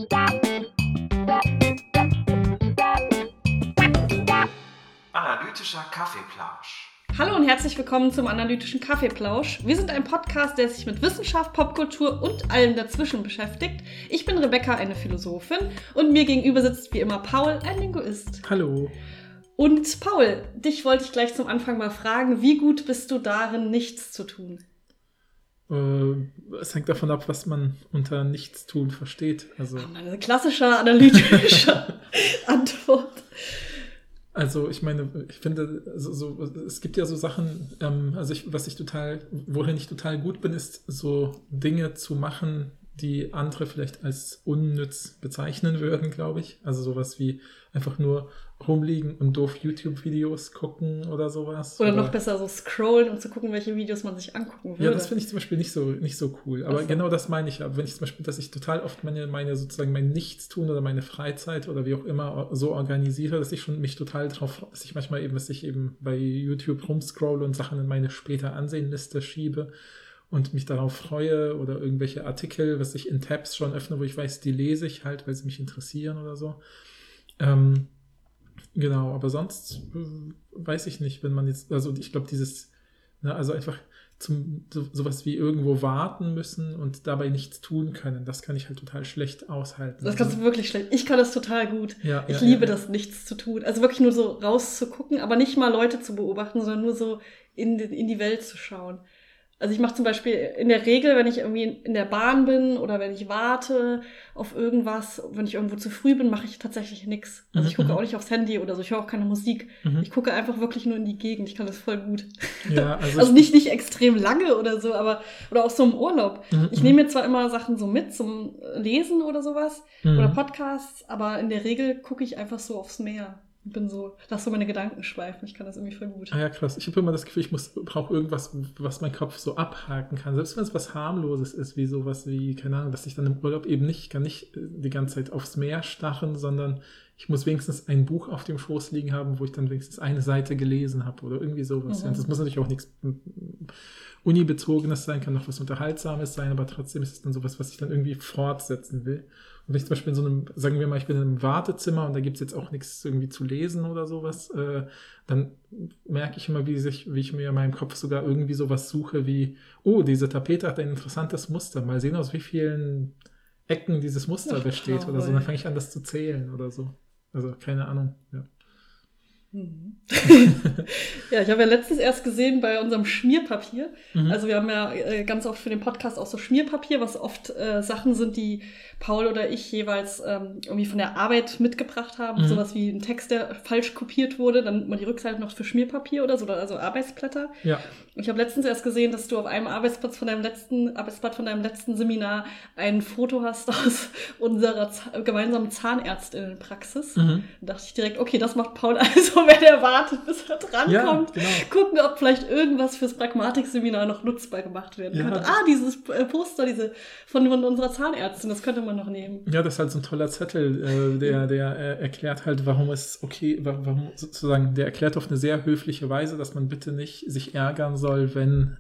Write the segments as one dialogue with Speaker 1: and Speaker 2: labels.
Speaker 1: Analytischer Kaffeeplausch.
Speaker 2: Hallo und herzlich willkommen zum Analytischen Kaffeeplausch. Wir sind ein Podcast, der sich mit Wissenschaft, Popkultur und allem dazwischen beschäftigt. Ich bin Rebecca, eine Philosophin, und mir gegenüber sitzt wie immer Paul, ein Linguist.
Speaker 3: Hallo.
Speaker 2: Und Paul, dich wollte ich gleich zum Anfang mal fragen, wie gut bist du darin, nichts zu tun?
Speaker 3: Es hängt davon ab, was man unter Nichtstun versteht. Also
Speaker 2: eine klassische analytische Antwort.
Speaker 3: Also ich meine, ich finde, es gibt ja so Sachen, worin ich total gut bin, ist so Dinge zu machen, die andere vielleicht als unnütz bezeichnen würden, glaube ich. Also sowas wie einfach nur rumliegen und doof YouTube-Videos gucken oder sowas.
Speaker 2: Oder noch besser so scrollen und zu gucken, welche Videos man sich angucken würde.
Speaker 3: Ja, das finde ich zum Beispiel nicht so cool. Aber genau das meine ich ja. Wenn ich zum Beispiel, dass ich total oft mein Nichtstun oder meine Freizeit oder wie auch immer so organisiere, dass ich mich total drauf, dass ich eben bei YouTube rumscrolle und Sachen in meine später Ansehen-Liste schiebe und mich darauf freue oder irgendwelche Artikel, was ich in Tabs schon öffne, wo ich weiß, die lese ich halt, weil sie mich interessieren oder so. Genau, aber sonst weiß ich nicht, wenn man jetzt, also ich glaube also einfach sowas wie irgendwo warten müssen und dabei nichts tun können, das kann ich halt total schlecht aushalten.
Speaker 2: Das kannst du wirklich schlecht. Ich kann das total gut.
Speaker 3: Ja,
Speaker 2: ich liebe das, nichts zu tun. Also wirklich nur so rauszugucken, aber nicht mal Leute zu beobachten, sondern nur so in die Welt zu schauen. Also ich mache zum Beispiel in der Regel, wenn ich irgendwie in der Bahn bin oder wenn ich warte auf irgendwas, wenn ich irgendwo zu früh bin, mache ich tatsächlich nichts. Also ich gucke auch nicht aufs Handy oder so, ich höre auch keine Musik. Ich gucke einfach wirklich nur in die Gegend. Ich kann das voll gut.
Speaker 3: Ja,
Speaker 2: also nicht extrem lange oder so, aber oder auch so im Urlaub. Ich nehme mir zwar immer Sachen so mit zum Lesen oder sowas oder Podcasts, aber in der Regel gucke ich einfach so aufs Meer. Ich bin so, lass so meine Gedanken schweifen. Ich kann das irgendwie voll gut.
Speaker 3: Ah ja, krass. Ich habe immer das Gefühl, brauche irgendwas, was mein Kopf so abhaken kann. Selbst wenn es was harmloses ist, wie sowas wie, keine Ahnung, dass ich dann im Urlaub eben kann nicht die ganze Zeit aufs Meer starren, sondern ich muss wenigstens ein Buch auf dem Schoß liegen haben, wo ich dann wenigstens eine Seite gelesen habe oder irgendwie sowas. Ja, das muss natürlich auch nichts Uni-bezogenes sein, kann noch was Unterhaltsames sein, aber trotzdem ist es dann sowas, was ich dann irgendwie fortsetzen will. Und wenn ich zum Beispiel in so einem, sagen wir mal, ich bin in einem Wartezimmer und da gibt es jetzt auch nichts irgendwie zu lesen oder sowas, dann merke ich immer, wie ich mir in meinem Kopf sogar irgendwie sowas suche wie, oh, diese Tapete hat ein interessantes Muster, mal sehen, aus wie vielen Ecken dieses Muster besteht oder so, dann fange ich an, das zu zählen oder so. Also, keine Ahnung, ja.
Speaker 2: Ja, ich habe ja letztens erst gesehen bei unserem Schmierpapier. Also wir haben ja ganz oft für den Podcast auch so Schmierpapier, was oft Sachen sind, die Paul oder ich jeweils irgendwie von der Arbeit mitgebracht haben. Sowas wie ein Text, der falsch kopiert wurde, dann nimmt man die Rückseite noch für Schmierpapier oder so, also Arbeitsblätter. Ja. Und ich habe letztens erst gesehen, dass du auf einem Arbeitsblatt von deinem letzten Seminar ein Foto hast aus unserer gemeinsamen Zahnärztinnenpraxis. Da dachte ich direkt, okay, das macht Paul also, wenn er wartet, bis er drankommt. Genau. Gucken, ob vielleicht irgendwas fürs Pragmatik-Seminar noch nutzbar gemacht werden könnte. Dieses Poster, von unserer Zahnärztin, das könnte man noch nehmen.
Speaker 3: Ja, das ist halt so ein toller Zettel, der erklärt halt, warum sozusagen, der erklärt auf eine sehr höfliche Weise, dass man bitte nicht sich ärgern soll, wenn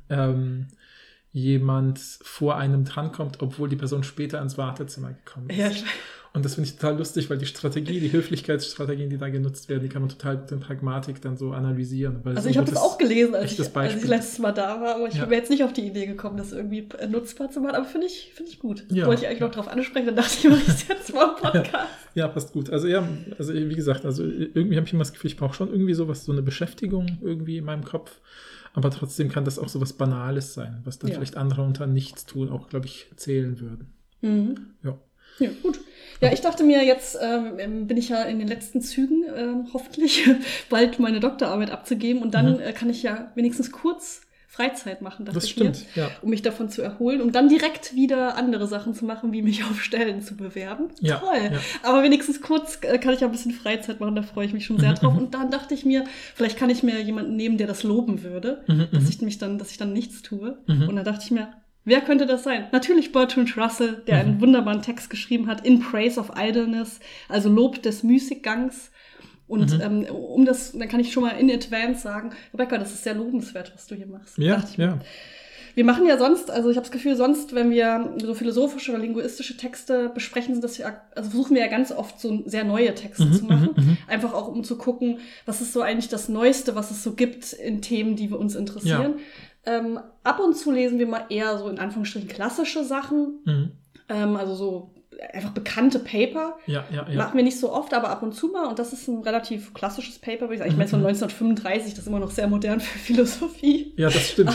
Speaker 3: jemand vor einem drankommt, obwohl die Person später ins Wartezimmer gekommen ist. Ja, und das finde ich total lustig, weil die Höflichkeitsstrategien, die da genutzt werden, die kann man total gut in Pragmatik dann so analysieren.
Speaker 2: Also ich habe das auch gelesen, als ich letztes Mal da war, aber ich wäre jetzt nicht auf die Idee gekommen, das irgendwie nutzbar zu machen, aber finde ich gut. Ja. Wollte ich eigentlich noch drauf ansprechen, dann dachte ich, mache ich es jetzt mal im Podcast.
Speaker 3: Ja, passt gut. Also wie gesagt, irgendwie habe ich immer das Gefühl, ich brauche schon irgendwie sowas, so eine Beschäftigung irgendwie in meinem Kopf. Aber trotzdem kann das auch so was Banales sein, was dann vielleicht andere unter Nichtstun auch, glaube ich, zählen würden.
Speaker 2: Ja, gut. Ja, ich dachte mir, jetzt bin ich ja in den letzten Zügen, hoffentlich bald meine Doktorarbeit abzugeben und dann kann ich ja wenigstens kurz Freizeit machen,
Speaker 3: das stimmt, ja.
Speaker 2: Um mich davon zu erholen, um dann direkt wieder andere Sachen zu machen, wie mich auf Stellen zu bewerben. Ja, toll. Ja. Aber wenigstens kurz kann ich ja ein bisschen Freizeit machen, da freue ich mich schon sehr drauf. Und dann dachte ich mir, vielleicht kann ich mir jemanden nehmen, der das loben würde, dass ich dann nichts tue. Und dann dachte ich mir, wer könnte das sein? Natürlich Bertrand Russell, der einen wunderbaren Text geschrieben hat, In Praise of Idleness, also Lob des Müßiggangs. Und dann kann ich schon mal in advance sagen, Rebecca, das ist sehr lobenswert, was du hier machst.
Speaker 3: Ja, ja.
Speaker 2: Wir machen ja sonst, also ich habe das Gefühl, sonst, wenn wir so philosophische oder linguistische Texte besprechen, versuchen wir ja ganz oft so sehr neue Texte zu machen. Einfach auch, um zu gucken, was ist so eigentlich das Neueste, was es so gibt in Themen, die wir uns interessieren. Ab und zu lesen wir mal eher so in Anführungsstrichen klassische Sachen. Also so einfach bekannte Paper. Machen wir nicht so oft, aber ab und zu mal. Und das ist ein relativ klassisches Paper, würde ich sagen. Ich meine, von 1935, das ist immer noch sehr modern für Philosophie.
Speaker 3: Ja, das stimmt.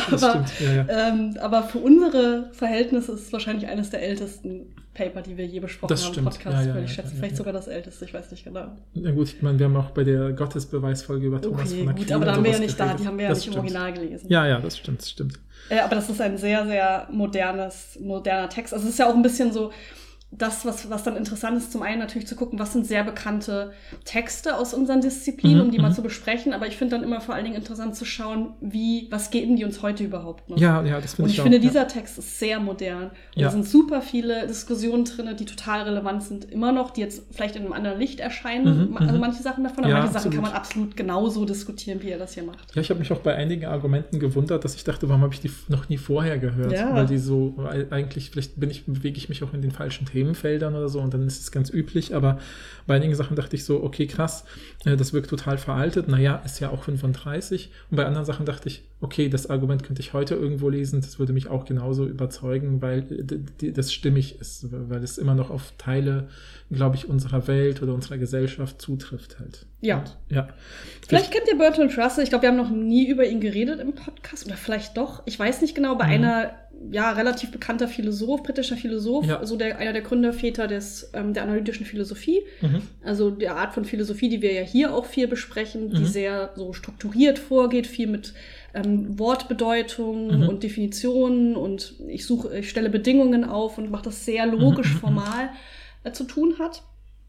Speaker 2: Aber für unsere Verhältnisse ist es wahrscheinlich eines der ältesten Paper, die wir je besprochen haben im Podcast, würde ich schätzen. Vielleicht sogar das älteste, ich weiß nicht genau.
Speaker 3: Na gut, ich meine, wir haben auch bei der Gottesbeweisfolge über Thomas von Aquin.
Speaker 2: Gut, aber da haben wir ja nicht die haben wir ja nicht im Original gelesen.
Speaker 3: Ja, das stimmt.
Speaker 2: Aber das ist ein sehr, sehr moderner Text. Also es ist ja auch ein bisschen so, das, was dann interessant ist, zum einen natürlich zu gucken, was sind sehr bekannte Texte aus unseren Disziplinen, um die mal zu besprechen. Aber ich finde dann immer vor allen Dingen interessant zu schauen, was geben die uns heute überhaupt noch?
Speaker 3: Ja, das finde ich auch.
Speaker 2: Und ich finde, dieser Text ist sehr modern. Und da sind super viele Diskussionen drin, die total relevant sind, immer noch, die jetzt vielleicht in einem anderen Licht erscheinen. Also manche Sachen davon, aber manche Sachen kann man absolut genauso diskutieren, wie er das hier macht.
Speaker 3: Ja, ich habe mich auch bei einigen Argumenten gewundert, dass ich dachte, warum habe ich die noch nie vorher gehört?
Speaker 2: Ja.
Speaker 3: Weil die so, eigentlich, vielleicht bewege ich mich auch in den falschen Themenfeldern oder so und dann ist es ganz üblich, aber bei einigen Sachen dachte ich so, okay, krass, das wirkt total veraltet, naja, ist ja auch 35 und bei anderen Sachen dachte ich, okay, das Argument könnte ich heute irgendwo lesen, das würde mich auch genauso überzeugen, weil das stimmig ist, weil es immer noch auf Teile, glaube ich, unserer Welt oder unserer Gesellschaft zutrifft halt.
Speaker 2: Ja.
Speaker 3: Und,
Speaker 2: Vielleicht kennt ihr Bertrand Russell, ich glaube, wir haben noch nie über ihn geredet im Podcast oder vielleicht doch, ich weiß nicht genau, bei einer relativ bekannter britischer Philosoph, also einer der Gründerväter der analytischen Philosophie, also der Art von Philosophie, die wir ja hier auch viel besprechen, die sehr so strukturiert vorgeht, viel mit Wortbedeutungen und Definitionen und ich stelle Bedingungen auf und mache das sehr logisch formal zu tun hat.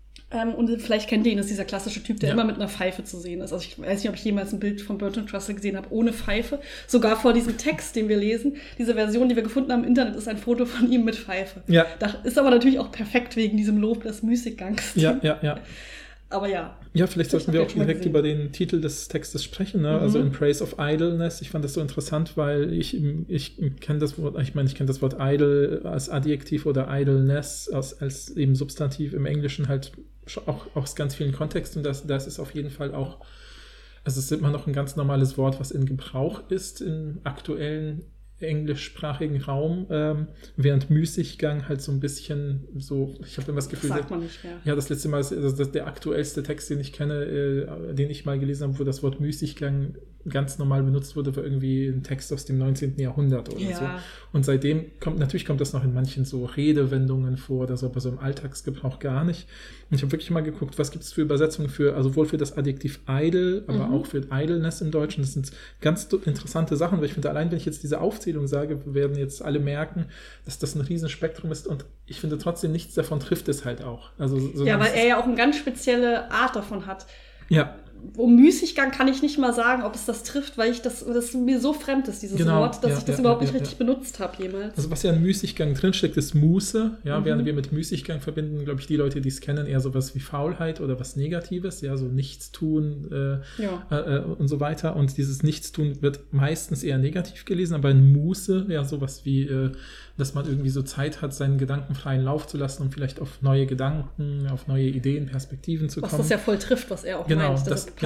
Speaker 2: Und vielleicht kennt ihr ihn, das ist dieser klassische Typ, der immer mit einer Pfeife zu sehen ist. Also ich weiß nicht, ob ich jemals ein Bild von Bertrand Russell gesehen habe ohne Pfeife. Sogar vor diesem Text, den wir lesen, diese Version, die wir gefunden haben im Internet, ist ein Foto von ihm mit Pfeife. Ja. Das ist aber natürlich auch perfekt wegen diesem Lob des Müßiggangs.
Speaker 3: Ja.
Speaker 2: Aber ja.
Speaker 3: Ja, vielleicht sollten wir auch direkt über den Titel des Textes sprechen, ne? Also In Praise of Idleness. Ich fand das so interessant, weil ich kenne das Wort, ich kenne das Wort idle als Adjektiv oder idleness als eben Substantiv im Englischen halt auch aus ganz vielen Kontexten. Das ist auf jeden Fall auch, also es ist immer noch ein ganz normales Wort, was in Gebrauch ist im aktuellen englischsprachigen Raum, während Müßiggang halt so ein bisschen so, ich habe immer das Gefühl,
Speaker 2: das sagt man nicht mehr.
Speaker 3: Ja, das letzte Mal, also der aktuellste Text, den ich kenne, den ich mal gelesen habe, wo das Wort Müßiggang ganz normal benutzt wurde, war irgendwie ein Text aus dem 19. Jahrhundert oder so. Und seitdem kommt das noch in manchen so Redewendungen vor oder so, aber so im Alltagsgebrauch gar nicht. Und ich habe wirklich mal geguckt, was gibt es für Übersetzungen also sowohl für das Adjektiv idle, aber auch für idleness im Deutschen. Das sind ganz interessante Sachen, weil ich finde, allein wenn ich jetzt diese Aufzählung sage, werden jetzt alle merken, dass das ein Riesenspektrum ist und ich finde trotzdem, nichts davon trifft es halt auch. Also,
Speaker 2: weil er ja auch eine ganz spezielle Art davon hat.
Speaker 3: Ja.
Speaker 2: Um Müßiggang kann ich nicht mal sagen, ob es das trifft, weil das mir so fremd ist, dieses Wort, dass ich das überhaupt nicht richtig benutzt habe jemals.
Speaker 3: Also was ja in Müßiggang drinsteckt, ist Muße. Ja, während wir mit Müßiggang verbinden, glaube ich, die Leute, die es kennen, eher sowas wie Faulheit oder was Negatives, ja, so Nichtstun und so weiter. Und dieses Nichtstun wird meistens eher negativ gelesen, aber in Muße, ja, sowas wie, dass man irgendwie so Zeit hat, seinen Gedanken freien Lauf zu lassen, um vielleicht auf neue Gedanken, auf neue Ideen, Perspektiven zu kommen.
Speaker 2: Was das ja voll trifft, was er auch meint.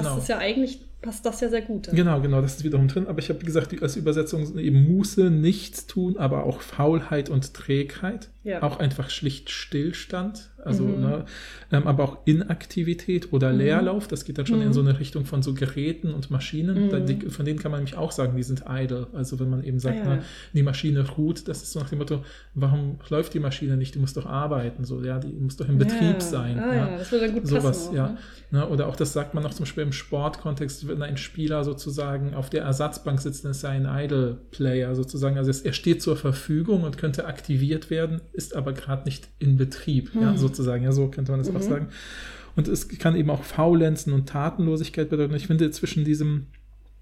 Speaker 2: Passt das ja sehr gut.
Speaker 3: Genau, das ist wiederum drin. Aber ich habe gesagt, als Übersetzung sind eben Muße, Nichtstun, aber auch Faulheit und Trägheit. Ja. Auch einfach schlicht Stillstand. Also, aber auch Inaktivität oder Leerlauf. Das geht dann schon in so eine Richtung von so Geräten und Maschinen. Von denen kann man nämlich auch sagen, die sind idle. Also wenn man eben sagt, die Maschine ruht, das ist so nach dem Motto, warum läuft die Maschine nicht? Die muss doch arbeiten. So, ja, die muss doch im Betrieb sein.
Speaker 2: Das würde dann gut passen.
Speaker 3: Sowas,
Speaker 2: auch,
Speaker 3: ja. Ne? Oder auch das sagt man noch zum Beispiel im Sportkontext, wenn ein Spieler sozusagen auf der Ersatzbank sitzt, dann ist er ein Idle-Player sozusagen. Also er steht zur Verfügung und könnte aktiviert werden, ist aber gerade nicht in Betrieb, sozusagen. Ja, so könnte man das auch sagen. Und es kann eben auch Faulenzen und Tatenlosigkeit bedeuten. Ich finde, zwischen diesem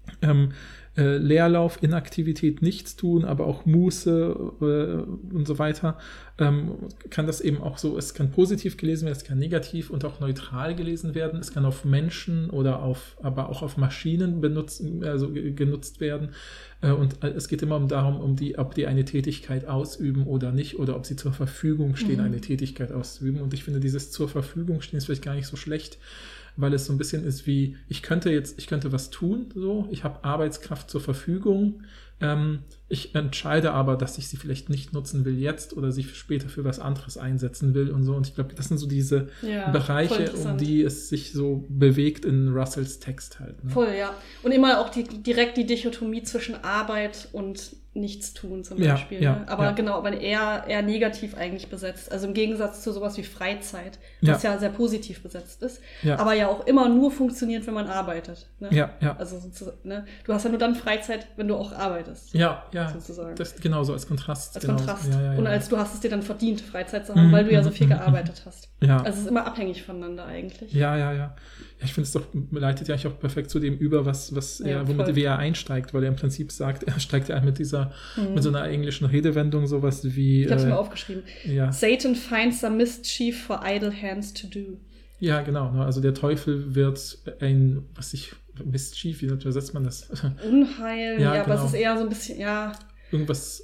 Speaker 3: Leerlauf, Inaktivität, Nichtstun, aber auch Muße und so weiter, kann das eben auch so, es kann positiv gelesen werden, es kann negativ und auch neutral gelesen werden, es kann auf Menschen oder aber auch auf Maschinen genutzt werden, und es geht immer darum, ob die eine Tätigkeit ausüben oder nicht, oder ob sie zur Verfügung stehen, eine Tätigkeit auszuüben, und ich finde, dieses zur Verfügung stehen ist vielleicht gar nicht so schlecht, weil es so ein bisschen ist wie, ich könnte was tun, so, ich habe Arbeitskraft zur Verfügung, ich entscheide aber, dass ich sie vielleicht nicht nutzen will jetzt oder sie später für was anderes einsetzen will und so, und ich glaube, das sind so diese Bereiche, um die es sich so bewegt in Russells Text halt. Ne?
Speaker 2: Voll, ja. Und immer auch direkt die Dichotomie zwischen Arbeit und Nichtstun zum Beispiel. Ne? Aber eher negativ eigentlich besetzt. Also im Gegensatz zu sowas wie Freizeit, was ja sehr positiv besetzt ist, aber ja auch immer nur funktioniert, wenn man arbeitet. Ne? Also ne? Du hast ja nur dann Freizeit, wenn du auch arbeitest. Sozusagen.
Speaker 3: Das genauso als Kontrast.
Speaker 2: Als Kontrast. Und als du hast es dir dann verdient, Freizeit zu haben, weil du ja so viel gearbeitet hast. Also es ist immer abhängig voneinander eigentlich.
Speaker 3: Ja, ich finde es doch, leitet ja eigentlich auch perfekt zu dem über, womit er einsteigt, weil er im Prinzip sagt, er steigt ja mit so einer englischen Redewendung sowas wie...
Speaker 2: Ich habe es mir aufgeschrieben. Satan finds some mischief for idle hands to do.
Speaker 3: Ja, genau. Also der Teufel wird Mischief, wie übersetzt man das?
Speaker 2: Unheil, genau. Aber es ist eher so ein bisschen,
Speaker 3: irgendwas,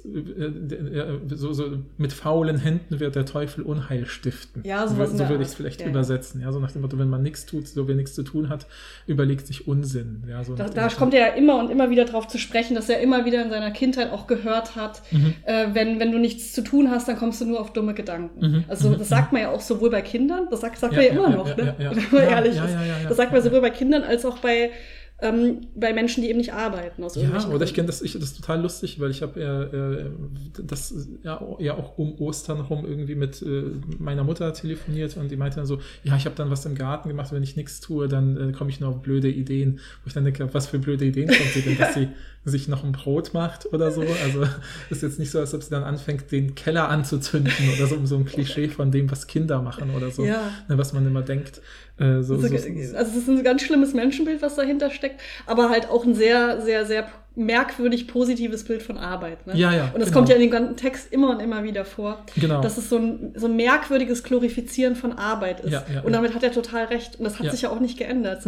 Speaker 3: so mit faulen Händen wird der Teufel Unheil stiften.
Speaker 2: Ja, sowas
Speaker 3: so würde ich es vielleicht übersetzen. Ja, so nach dem Motto, wenn man nichts tut, so wer nichts zu tun hat, überlegt sich Unsinn. Ja, so
Speaker 2: da kommt er ja immer und immer wieder drauf zu sprechen, dass er immer wieder in seiner Kindheit auch gehört hat, wenn du nichts zu tun hast, dann kommst du nur auf dumme Gedanken. Also das sagt man ja auch sowohl bei Kindern, das sagt man ja immer noch, ne? Ehrlich. Das sagt man sowohl bei Kindern als auch bei Menschen, die eben nicht arbeiten.
Speaker 3: Oder ich kenne das total lustig, weil ich habe das auch um Ostern rum irgendwie mit meiner Mutter telefoniert, und die meinte dann so, ich habe dann was im Garten gemacht, wenn ich nichts tue, dann komme ich nur auf blöde Ideen. Wo ich dann denke, was für blöde Ideen kommt sie denn, dass sie sich noch ein Brot macht oder so? Also ist jetzt nicht so, als ob sie dann anfängt, den Keller anzuzünden oder so ein Klischee von dem, was Kinder machen oder so, was man immer denkt. Also es
Speaker 2: ist ein ganz schlimmes Menschenbild, was dahinter steckt, aber halt auch ein sehr, sehr, sehr merkwürdig positives Bild von Arbeit. Ne? Und das kommt ja in dem ganzen Text immer und immer wieder vor, dass es so ein merkwürdiges Glorifizieren von Arbeit ist. Und damit hat er total recht. Und das hat sich ja auch nicht geändert.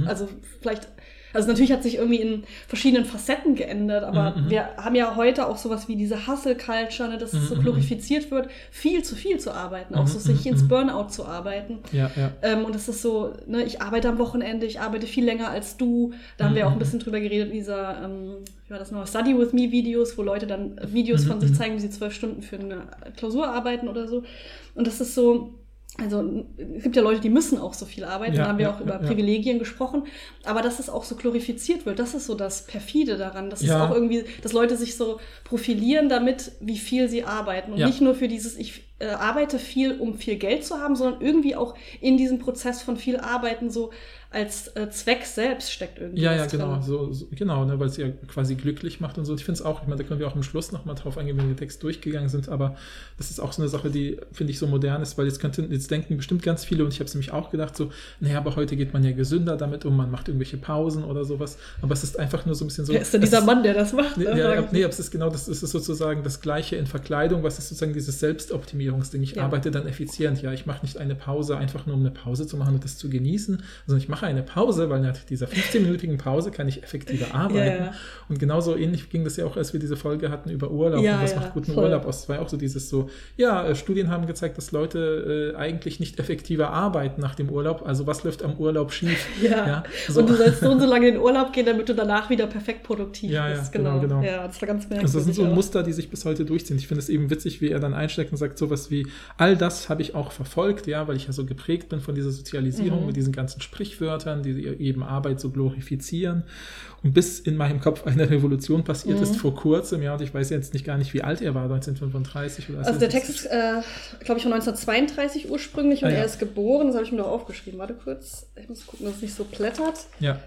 Speaker 2: Also natürlich hat sich irgendwie in verschiedenen Facetten geändert, aber wir haben ja heute auch sowas wie diese Hustle-Culture, ne, dass es so glorifiziert wird, viel zu arbeiten, auch so sich ins Burnout zu arbeiten. Und das ist so, ne, ich arbeite am Wochenende, ich arbeite viel länger als du. Da haben wir auch ein bisschen drüber geredet, in dieser, wie war das noch, Study with Me Videos, wo Leute dann Videos von sich zeigen, wie sie 12 Stunden für eine Klausur arbeiten oder so. Und das ist so... Also es gibt ja Leute, die müssen auch so viel arbeiten, da haben wir auch über Privilegien gesprochen, aber dass es auch so glorifiziert wird, das ist so das Perfide daran, dass es auch irgendwie, dass Leute sich so profilieren damit, wie viel sie arbeiten und nicht nur für dieses, ich arbeite viel, um viel Geld zu haben, sondern irgendwie auch in diesem Prozess von viel Arbeiten so als Zweck selbst steckt irgendwie was drin.
Speaker 3: Genau, ne, weil es ja quasi glücklich macht und so. Ich finde es auch, da können wir auch am Schluss nochmal drauf eingehen, wenn wir den Text durchgegangen sind, aber das ist auch so eine Sache, die, finde ich, so modern ist, weil jetzt denken bestimmt ganz viele, und ich habe es nämlich auch gedacht, so, aber heute geht man ja gesünder damit um, man macht irgendwelche Pausen oder sowas, aber es ist einfach nur so ein bisschen so...
Speaker 2: Wer ist denn dieser Mann, der das macht?
Speaker 3: Es ist genau, das ist sozusagen das Gleiche in Verkleidung, was ist sozusagen dieses Selbstoptimierungsding. Ich arbeite dann effizient, ich mache nicht eine Pause einfach nur, um eine Pause zu machen und das zu genießen, sondern ich mache eine Pause, weil nach dieser 15-minütigen Pause kann ich effektiver arbeiten. Und genauso ähnlich ging das ja auch, als wir diese Folge hatten über Urlaub und was macht guten Urlaub aus. Es war ja auch so dieses so, Studien haben gezeigt, dass Leute eigentlich nicht effektiver arbeiten nach dem Urlaub, also was läuft am Urlaub schief?
Speaker 2: Und du sollst so und so lange in den Urlaub gehen, damit du danach wieder perfekt produktiv bist. Genau. Ja, das war ganz merkwürdig.
Speaker 3: Also das sind so Muster, die sich bis heute durchziehen. Ich finde es eben witzig, wie er dann einsteigt und sagt sowas wie, all das habe ich auch verfolgt, weil ich ja so geprägt bin von dieser Sozialisierung mit diesen ganzen Sprichwörtern, die eben Arbeit so glorifizieren. Und bis in meinem Kopf eine Revolution passiert ist vor kurzem, und ich weiß jetzt gar nicht, wie alt er war, 1935 oder so.
Speaker 2: Also der Text ist, glaube ich, von 1932 ursprünglich und er ist geboren, das habe ich mir doch aufgeschrieben. Warte kurz, ich muss gucken, dass es nicht so plättert.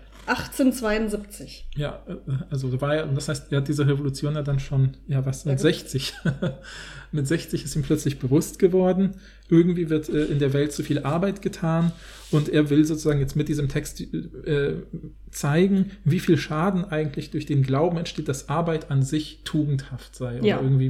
Speaker 2: 1872.
Speaker 3: Ja, also war er, und das heißt, er hat diese Revolution ja dann schon, mit 60. Mit 60 ist ihm plötzlich bewusst geworden, irgendwie wird in der Welt zu viel Arbeit getan und er will sozusagen jetzt mit diesem Text zeigen, wie viel Schaden eigentlich durch den Glauben entsteht, dass Arbeit an sich tugendhaft sei oder irgendwie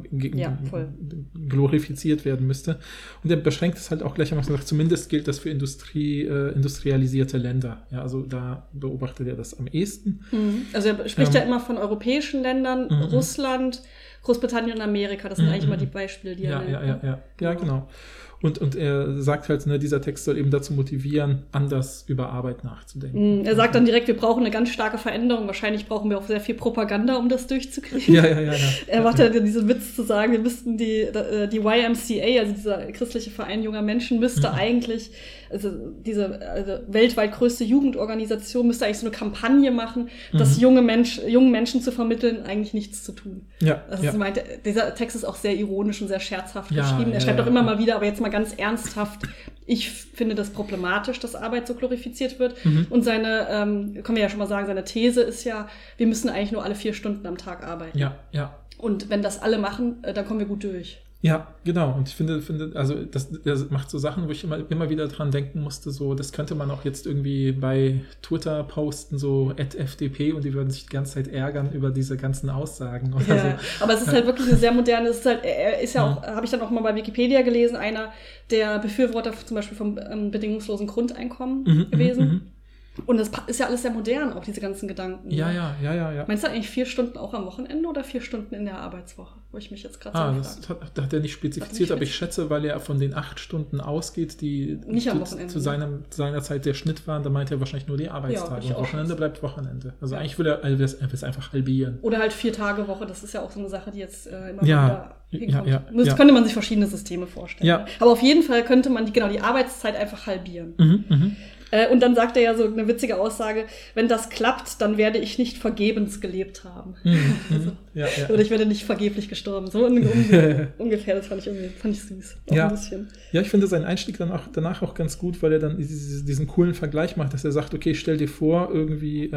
Speaker 3: glorifiziert werden müsste. Und er beschränkt es halt auch gleich einmal und sagt, zumindest gilt das für industrialisierte Länder. Ja, also da beobachtet er das am ehesten.
Speaker 2: Also er spricht ja immer von europäischen Ländern, Russland, Großbritannien und Amerika. Das sind eigentlich immer die Beispiele, die er nennt.
Speaker 3: Ja, genau. Und er sagt halt, dieser Text soll eben dazu motivieren, anders über Arbeit nachzudenken.
Speaker 2: Er sagt dann direkt, wir brauchen eine ganz starke Veränderung. Wahrscheinlich brauchen wir auch sehr viel Propaganda, um das durchzukriegen.
Speaker 3: Ja.
Speaker 2: Er macht ja diesen Witz zu sagen, wir müssten die YMCA, also dieser christliche Verein junger Menschen, müsste eigentlich, also diese weltweit größte Jugendorganisation, müsste eigentlich so eine Kampagne machen, dass jungen Menschen zu vermitteln, eigentlich nichts zu tun. Sie meinte, dieser Text ist auch sehr ironisch und sehr scherzhaft geschrieben. Er schreibt auch immer mal wieder, aber jetzt mal ganz ernsthaft, ich finde das problematisch, dass Arbeit so glorifiziert wird. Und seine, können wir ja schon mal sagen, seine These ist ja, wir müssen eigentlich nur alle 4 Stunden am Tag arbeiten.
Speaker 3: Ja.
Speaker 2: Und wenn das alle machen, dann kommen wir gut durch.
Speaker 3: Ja, genau. Und ich finde, also das macht so Sachen, wo ich immer wieder dran denken musste, so, das könnte man auch jetzt irgendwie bei Twitter posten, so @FDP, und die würden sich die ganze Zeit ärgern über diese ganzen Aussagen oder so.
Speaker 2: Aber es ist halt wirklich eine sehr moderne, er ist ja auch, habe ich dann auch mal bei Wikipedia gelesen, einer der Befürworter zum Beispiel vom bedingungslosen Grundeinkommen gewesen. Und das ist ja alles sehr modern, auch diese ganzen Gedanken.
Speaker 3: Ja.
Speaker 2: Meinst du eigentlich 4 Stunden auch am Wochenende oder 4 Stunden in der Arbeitswoche? Wo ich mich jetzt gerade
Speaker 3: das hat er nicht spezifiziert, aber ich schätze, weil er von den 8 Stunden ausgeht, die
Speaker 2: nicht am Wochenende,
Speaker 3: zu seiner Zeit der Schnitt waren, da meint er wahrscheinlich nur die Arbeitstage. Und Wochenende bleibt Wochenende. Also eigentlich will er es einfach halbieren.
Speaker 2: Oder halt 4-Tage-Woche, das ist ja auch so eine Sache, die jetzt immer wieder hinkommt. Könnte man sich verschiedene Systeme vorstellen.
Speaker 3: Ja.
Speaker 2: Aber auf jeden Fall könnte man die Arbeitszeit einfach halbieren. Und dann sagt er ja so eine witzige Aussage, wenn das klappt, dann werde ich nicht vergebens gelebt haben. Oder ich werde nicht vergeblich gestorben. So ungefähr, das fand ich süß. Ein bisschen.
Speaker 3: Ja, ich finde seinen Einstieg danach auch ganz gut, weil er dann diesen coolen Vergleich macht, dass er sagt, okay, stell dir vor, irgendwie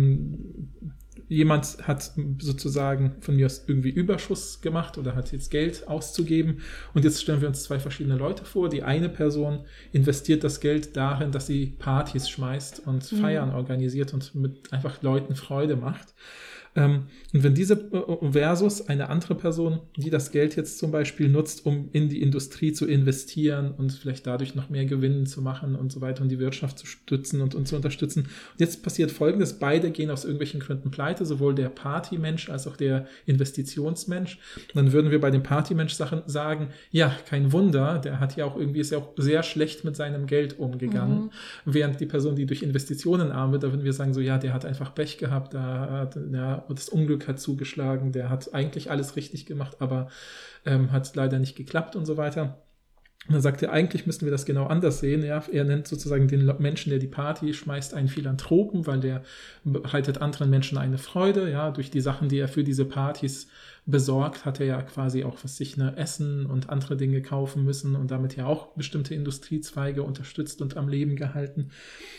Speaker 3: jemand hat sozusagen von mir aus irgendwie Überschuss gemacht oder hat jetzt Geld auszugeben und jetzt stellen wir uns 2 verschiedene Leute vor. Die eine Person investiert das Geld darin, dass sie Partys schmeißt und Feiern organisiert und mit einfach Leuten Freude macht. Und wenn diese versus eine andere Person, die das Geld jetzt zum Beispiel nutzt, um in die Industrie zu investieren und vielleicht dadurch noch mehr Gewinn zu machen und so weiter und die Wirtschaft zu stützen und zu unterstützen. Und jetzt passiert Folgendes, beide gehen aus irgendwelchen Gründen pleite, sowohl der Partymensch als auch der Investitionsmensch. Und dann würden wir bei dem Partymensch sagen, ja, kein Wunder, der hat ja auch irgendwie, ist ja auch sehr schlecht mit seinem Geld umgegangen. Während die Person, die durch Investitionen arm wird, da würden wir sagen, so, ja, der hat einfach Pech gehabt, das Unglück hat zugeschlagen, der hat eigentlich alles richtig gemacht, aber hat leider nicht geklappt und so weiter. Und dann sagt er, eigentlich müssten wir das genau anders sehen. Ja? Er nennt sozusagen den Menschen, der die Party schmeißt, einen Philanthropen, weil der bereitet anderen Menschen eine Freude. Ja? Durch die Sachen, die er für diese Partys besorgt, hat er ja quasi auch Essen und andere Dinge kaufen müssen und damit ja auch bestimmte Industriezweige unterstützt und am Leben gehalten.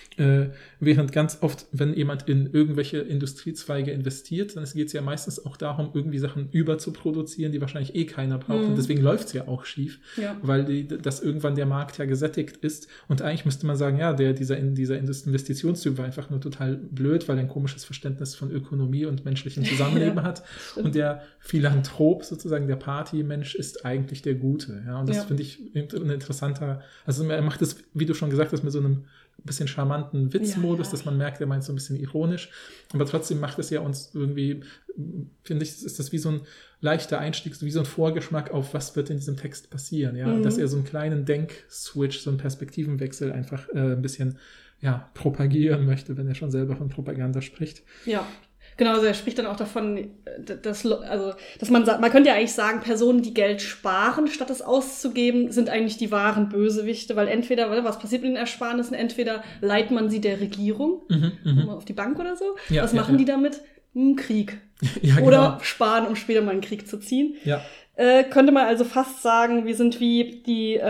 Speaker 3: Während ganz oft, wenn jemand in irgendwelche Industriezweige investiert, dann geht es ja meistens auch darum, irgendwie Sachen überzuproduzieren, die wahrscheinlich keiner braucht. Und deswegen läuft es ja auch schief, weil dass irgendwann der Markt ja gesättigt ist. Und eigentlich müsste man sagen, ja, dieser Investitionstyp war einfach nur total blöd, weil er ein komisches Verständnis von Ökonomie und menschlichem Zusammenleben hat. Und der Philanthrop, sozusagen der Partymensch, ist eigentlich der Gute. Ja? Und das finde ich ein interessanter, also er macht es, wie du schon gesagt hast, mit so einem bisschen charmanten Witzmodus, dass man merkt, er meint so ein bisschen ironisch, aber trotzdem macht es ja uns irgendwie, finde ich, ist das wie so ein leichter Einstieg, wie so ein Vorgeschmack auf, was wird in diesem Text passieren, ja, dass er so einen kleinen Denkswitch, so einen Perspektivenwechsel einfach ein bisschen, propagieren möchte, wenn er schon selber von Propaganda spricht.
Speaker 2: Ja. Genau, also er spricht dann auch davon, dass man sagt, man könnte ja eigentlich sagen, Personen, die Geld sparen, statt es auszugeben, sind eigentlich die wahren Bösewichte, weil entweder, was passiert mit den Ersparnissen? Entweder leiht man sie der Regierung auf die Bank oder so. Was machen die damit? Krieg.
Speaker 3: Ja, genau.
Speaker 2: Oder sparen, um später mal in den Krieg zu ziehen.
Speaker 3: Ja.
Speaker 2: Könnte man also fast sagen, wir sind wie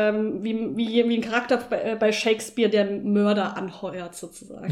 Speaker 2: ein Charakter bei Shakespeare, der Mörder anheuert sozusagen.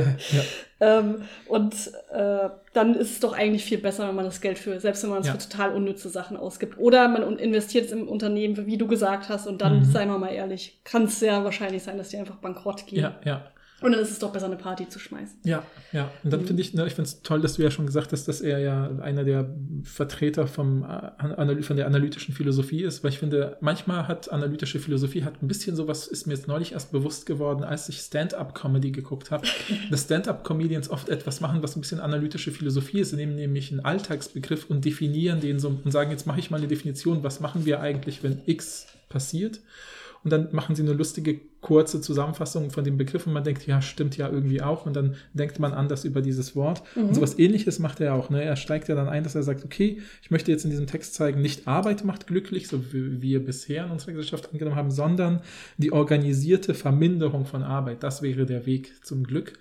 Speaker 3: Ja.
Speaker 2: Und dann ist es doch eigentlich viel besser, wenn man das Geld selbst wenn man es für total unnütze Sachen ausgibt. Oder man investiert es im Unternehmen, wie du gesagt hast, und dann, seien wir mal ehrlich, kann es sehr wahrscheinlich sein, dass die einfach bankrott gehen. Ja. Und dann ist es doch besser, eine Party zu schmeißen. Ja.
Speaker 3: Und dann finde ich es toll, dass du ja schon gesagt hast, dass er ja einer der Vertreter von der analytischen Philosophie ist, weil ich finde, manchmal hat analytische Philosophie ein bisschen sowas, ist mir jetzt neulich erst bewusst geworden, als ich Stand-up-Comedy geguckt habe, dass Stand-up-Comedians oft etwas machen, was ein bisschen analytische Philosophie ist. Sie nehmen nämlich einen Alltagsbegriff und definieren den so und sagen, jetzt mache ich mal eine Definition, was machen wir eigentlich, wenn X passiert? Und dann machen sie eine lustige, kurze Zusammenfassung von dem Begriff und man denkt, ja, stimmt ja irgendwie auch. Und dann denkt man anders über dieses Wort. Und sowas Ähnliches macht er auch. Ne? Er steigt ja dann ein, dass er sagt, okay, ich möchte jetzt in diesem Text zeigen, nicht Arbeit macht glücklich, so wie wir bisher in unserer Gesellschaft angenommen haben, sondern die organisierte Verminderung von Arbeit. Das wäre der Weg zum Glück.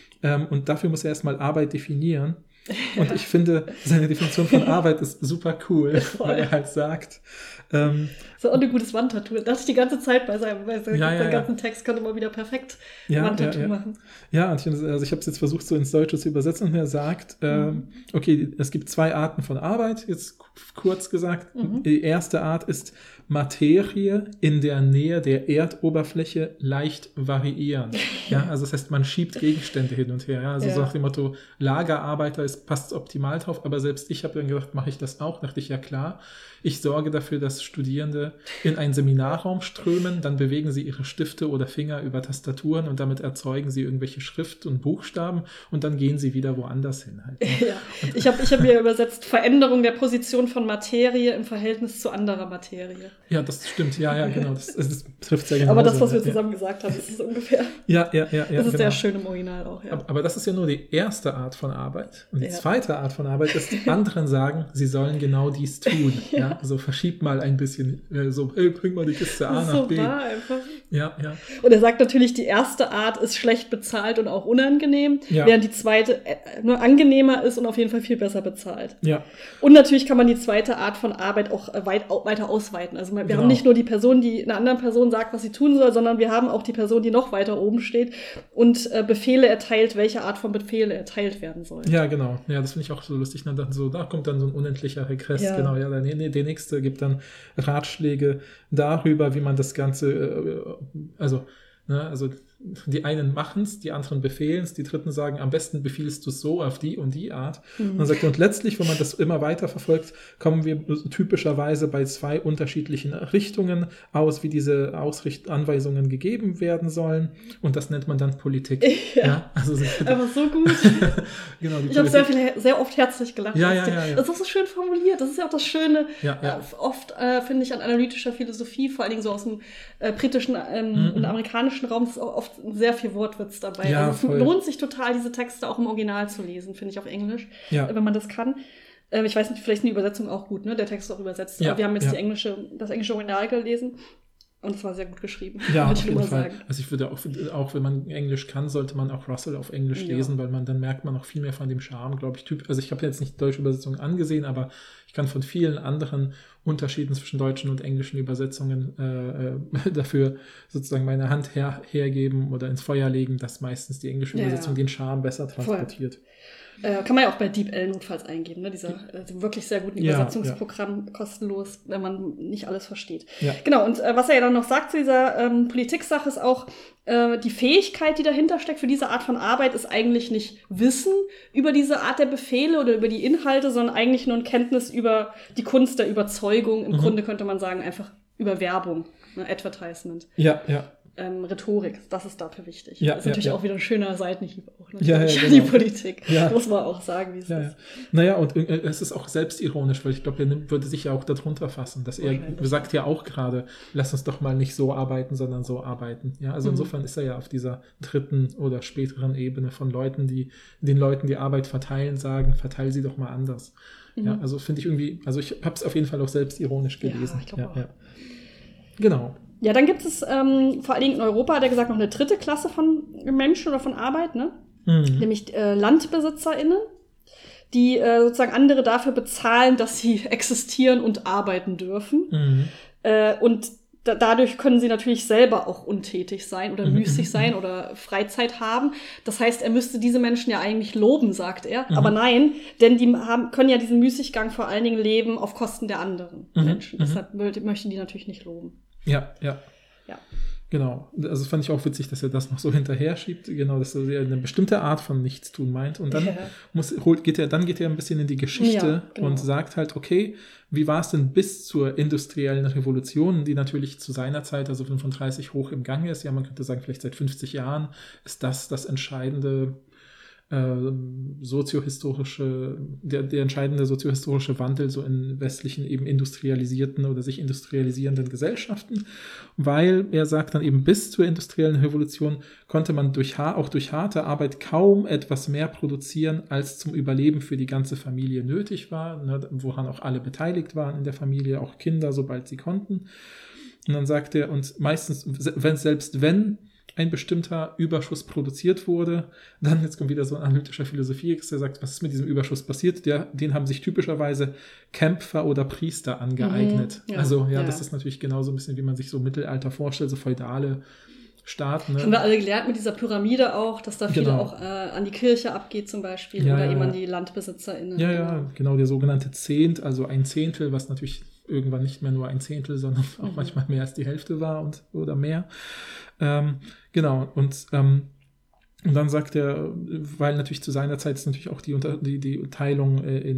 Speaker 3: Und dafür muss er erstmal Arbeit definieren. Und ich finde, seine Definition von Arbeit ist super cool, weil er halt sagt...
Speaker 2: Das ist auch ein gutes Wandtattoo. Das ich die ganze Zeit bei seinem ganzen Text könnte man wieder perfekt Wandtattoo machen. Ja, und ich habe es jetzt versucht, so ins Deutsche zu übersetzen. Und er sagt, okay, es gibt 2 Arten von Arbeit, jetzt kurz gesagt. Die erste Art ist Materie in der Nähe der Erdoberfläche leicht variieren. Ja, also das heißt, man schiebt Gegenstände hin und her. Ja? Also so nach dem Motto, Lagerarbeiter passt optimal drauf, aber selbst ich habe dann gedacht, mache ich das auch? Dachte ich, ja klar. Ich sorge dafür, dass Studierende in einen Seminarraum strömen, dann bewegen sie ihre Stifte oder Finger über Tastaturen und damit erzeugen sie irgendwelche Schrift und Buchstaben und dann gehen sie wieder woanders hin. Halt. Ja. Ich hab mir übersetzt, Veränderung der Position von Materie im Verhältnis zu anderer Materie.
Speaker 3: Ja, das stimmt. Ja, genau. Das trifft sehr genau.
Speaker 2: Aber das, was wir zusammen gesagt haben, ist es ungefähr.
Speaker 3: Ja.
Speaker 2: Das ist sehr schön im Original auch, ja.
Speaker 3: Aber das ist ja nur die erste Art von Arbeit. Und die zweite Art von Arbeit ist, die anderen sagen, sie sollen genau dies tun. Ja. So verschiebt mal ein bisschen, bring mal die Kiste A nach B.
Speaker 2: Wahr einfach.
Speaker 3: Ja.
Speaker 2: Und er sagt natürlich, die erste Art ist schlecht bezahlt und auch unangenehm, während die zweite nur angenehmer ist und auf jeden Fall viel besser bezahlt.
Speaker 3: Ja.
Speaker 2: Und natürlich kann man die zweite Art von Arbeit auch weiter ausweiten. Also wir haben nicht nur die Person, die einer anderen Person sagt, was sie tun soll, sondern wir haben auch die Person, die noch weiter oben steht und Befehle erteilt, welche Art von Befehle erteilt werden sollen.
Speaker 3: Ja, genau. Ja, das finde ich auch so lustig. Da kommt dann so ein unendlicher Regress. Ja. Genau, ja, der nächste gibt dann Ratschläge darüber, wie man das Ganze, also die einen machen es, die anderen befehlen es, die dritten sagen, am besten befiehlst du es so auf die und die Art. Und dann sagt er, und letztlich, wenn man das immer weiter verfolgt, kommen wir typischerweise bei 2 unterschiedlichen Richtungen aus, wie diese Anweisungen gegeben werden sollen. Und das nennt man dann Politik.
Speaker 2: Ja.
Speaker 3: Also
Speaker 2: aber so gut.
Speaker 3: Genau,
Speaker 2: ich habe sehr oft herzlich gelacht.
Speaker 3: Ja.
Speaker 2: Das ist auch so schön formuliert. Das ist ja auch das Schöne. Oft finde ich an analytischer Philosophie, vor allen Dingen so aus dem britischen und amerikanischen Raum, ist auch oft sehr viel Wortwitz dabei.
Speaker 3: Ja,
Speaker 2: also es lohnt sich total, diese Texte auch im Original zu lesen, finde ich, auf Englisch, wenn man das kann. Ich weiß nicht, vielleicht ist die Übersetzung auch gut, ne? Der Text ist auch übersetzt. Aber wir haben jetzt das englische Original gelesen. Und es war sehr gut geschrieben.
Speaker 3: Ja, auf jeden Fall. Also ich würde auch, wenn man Englisch kann, sollte man auch Russell auf Englisch lesen, weil dann merkt man auch viel mehr von dem Charme, glaube ich. Also ich habe jetzt nicht die deutsche Übersetzung angesehen, aber ich kann von vielen anderen Unterschieden zwischen deutschen und englischen Übersetzungen dafür sozusagen meine Hand hergeben oder ins Feuer legen, dass meistens die englische Übersetzung den Charme besser transportiert.
Speaker 2: Kann man ja auch bei DeepL notfalls eingeben, ne? Dieser wirklich sehr guten Übersetzungsprogramm, kostenlos, wenn man nicht alles versteht. Ja. Genau, und was er ja dann noch sagt zu dieser Politik-Sache ist auch, die Fähigkeit, die dahinter steckt für diese Art von Arbeit, ist eigentlich nicht Wissen über diese Art der Befehle oder über die Inhalte, sondern eigentlich nur ein Kenntnis über die Kunst der Überzeugung. Im Grunde könnte man sagen, einfach über Werbung, ne? Advertisement.
Speaker 3: Ja.
Speaker 2: Rhetorik, das ist dafür wichtig.
Speaker 3: Ja,
Speaker 2: das ist natürlich auch wieder ein schöner Seitenhieb auch,
Speaker 3: genau.
Speaker 2: Die Politik. Ja. Muss man auch sagen, wie es ist.
Speaker 3: Naja, und es ist auch selbstironisch, weil ich glaube, er würde sich ja auch darunter fassen, dass er sagt ja auch gerade, lass uns doch mal nicht so arbeiten, sondern so arbeiten. Ja, also insofern ist er ja auf dieser dritten oder späteren Ebene von Leuten, die den Leuten die Arbeit verteilen, sagen, verteil sie doch mal anders. Ja, also finde ich irgendwie, also ich habe es auf jeden Fall auch selbstironisch gelesen.
Speaker 2: Ja, ich glaube auch. Ja.
Speaker 3: Genau.
Speaker 2: Ja, dann gibt es vor allen Dingen in Europa, hat er gesagt, noch eine dritte Klasse von Menschen oder von Arbeit, ne? Nämlich LandbesitzerInnen. die sozusagen andere dafür bezahlen, dass sie existieren und arbeiten dürfen. Und dadurch können sie natürlich selber auch untätig sein oder müßig sein oder Freizeit haben. Das heißt, er müsste diese Menschen ja eigentlich loben, sagt er. Aber nein, denn die können ja diesen Müßiggang vor allen Dingen leben auf Kosten der anderen Menschen. Deshalb möchten die natürlich nicht loben.
Speaker 3: Ja. Genau, also fand ich auch witzig, dass er das noch so hinterher schiebt, genau, dass er eine bestimmte Art von Nichtstun meint und dann geht er ein bisschen in die Geschichte und sagt halt, okay, wie war es denn bis zur industriellen Revolution, die natürlich zu seiner Zeit, also 35 hoch im Gange ist, ja, man könnte sagen, vielleicht seit 50 Jahren ist das entscheidende der entscheidende soziohistorische Wandel so in westlichen eben industrialisierten oder sich industrialisierenden Gesellschaften, weil er sagt dann eben, bis zur industriellen Revolution konnte man auch durch harte Arbeit kaum etwas mehr produzieren, als zum Überleben für die ganze Familie nötig war, ne, woran auch alle beteiligt waren in der Familie, auch Kinder, sobald sie konnten. Und dann sagt er, und meistens, selbst wenn ein bestimmter Überschuss produziert wurde, dann, jetzt kommt wieder so ein analytischer Philosophie, der sagt, was ist mit diesem Überschuss passiert? Den haben sich typischerweise Kämpfer oder Priester angeeignet. Das ist natürlich genauso ein bisschen, wie man sich so Mittelalter vorstellt, so feudale Staaten. Ne?
Speaker 2: Haben wir alle gelernt mit dieser Pyramide auch, dass da viel auch an die Kirche abgeht zum Beispiel oder eben an die LandbesitzerInnen.
Speaker 3: Ja, genau, der sogenannte Zehnt, also ein Zehntel, was natürlich irgendwann nicht mehr nur ein Zehntel, sondern auch manchmal mehr als die Hälfte war oder mehr. Genau, und dann sagt er, weil natürlich zu seiner Zeit ist natürlich auch die Teilung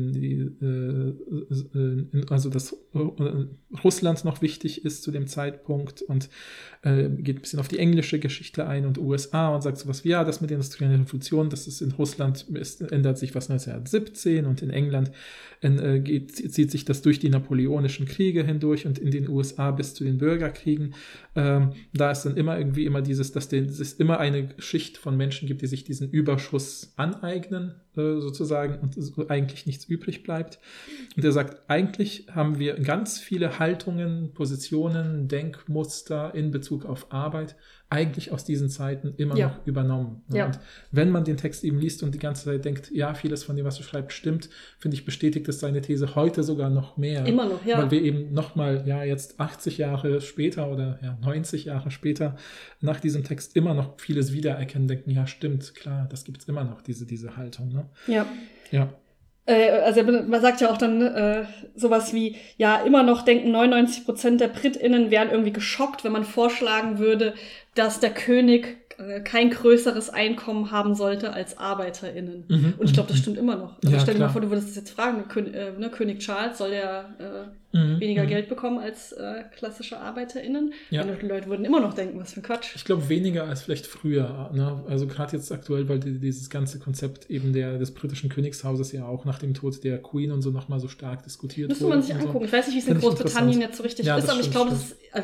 Speaker 3: also dass Russland noch wichtig ist zu dem Zeitpunkt und geht ein bisschen auf die englische Geschichte ein und USA und sagt sowas wie, das mit der industriellen Revolution, das ist in Russland, ändert sich was 1917 und in England zieht sich das durch die napoleonischen Kriege hindurch und in den USA bis zu den Bürgerkriegen. Da ist dann immer dieses, dass es immer eine Schicht von Menschen gibt, die sich diesen Überschuss aneignen, sozusagen, und eigentlich nichts übrig bleibt. Und er sagt, eigentlich haben wir ganz viele Haltungen, Positionen, Denkmuster in Bezug auf Arbeit eigentlich aus diesen Zeiten immer noch übernommen. Ja. Und wenn man den Text eben liest und die ganze Zeit denkt, vieles von dem, was du schreibst, stimmt, finde ich, bestätigt es seine These heute sogar noch mehr.
Speaker 2: Immer noch, ja.
Speaker 3: Weil wir eben nochmal, jetzt 80 Jahre später oder 90 Jahre später nach diesem Text immer noch vieles wiedererkennen, denken, stimmt, klar, das gibt es immer noch, diese Haltung. Ne?
Speaker 2: Ja.
Speaker 3: Ja.
Speaker 2: Also man sagt ja auch dann sowas wie, immer noch denken 99% der BritInnen wären irgendwie geschockt, wenn man vorschlagen würde, dass der König kein größeres Einkommen haben sollte als ArbeiterInnen. Und ich glaube, das stimmt immer noch. Also stell dir mal vor, du würdest das jetzt fragen, König Charles, soll der weniger Geld bekommen als klassische ArbeiterInnen? Ja. Die Leute würden immer noch denken, was für ein Quatsch.
Speaker 3: Ich glaube, weniger als vielleicht früher. Ne? Also gerade jetzt aktuell, weil dieses ganze Konzept eben des britischen Königshauses ja auch nach dem Tod der Queen und so nochmal so stark diskutiert wurde.
Speaker 2: Müsste man sich angucken. So. Ich weiß nicht, wie es in Großbritannien jetzt so richtig ist, aber ich glaube,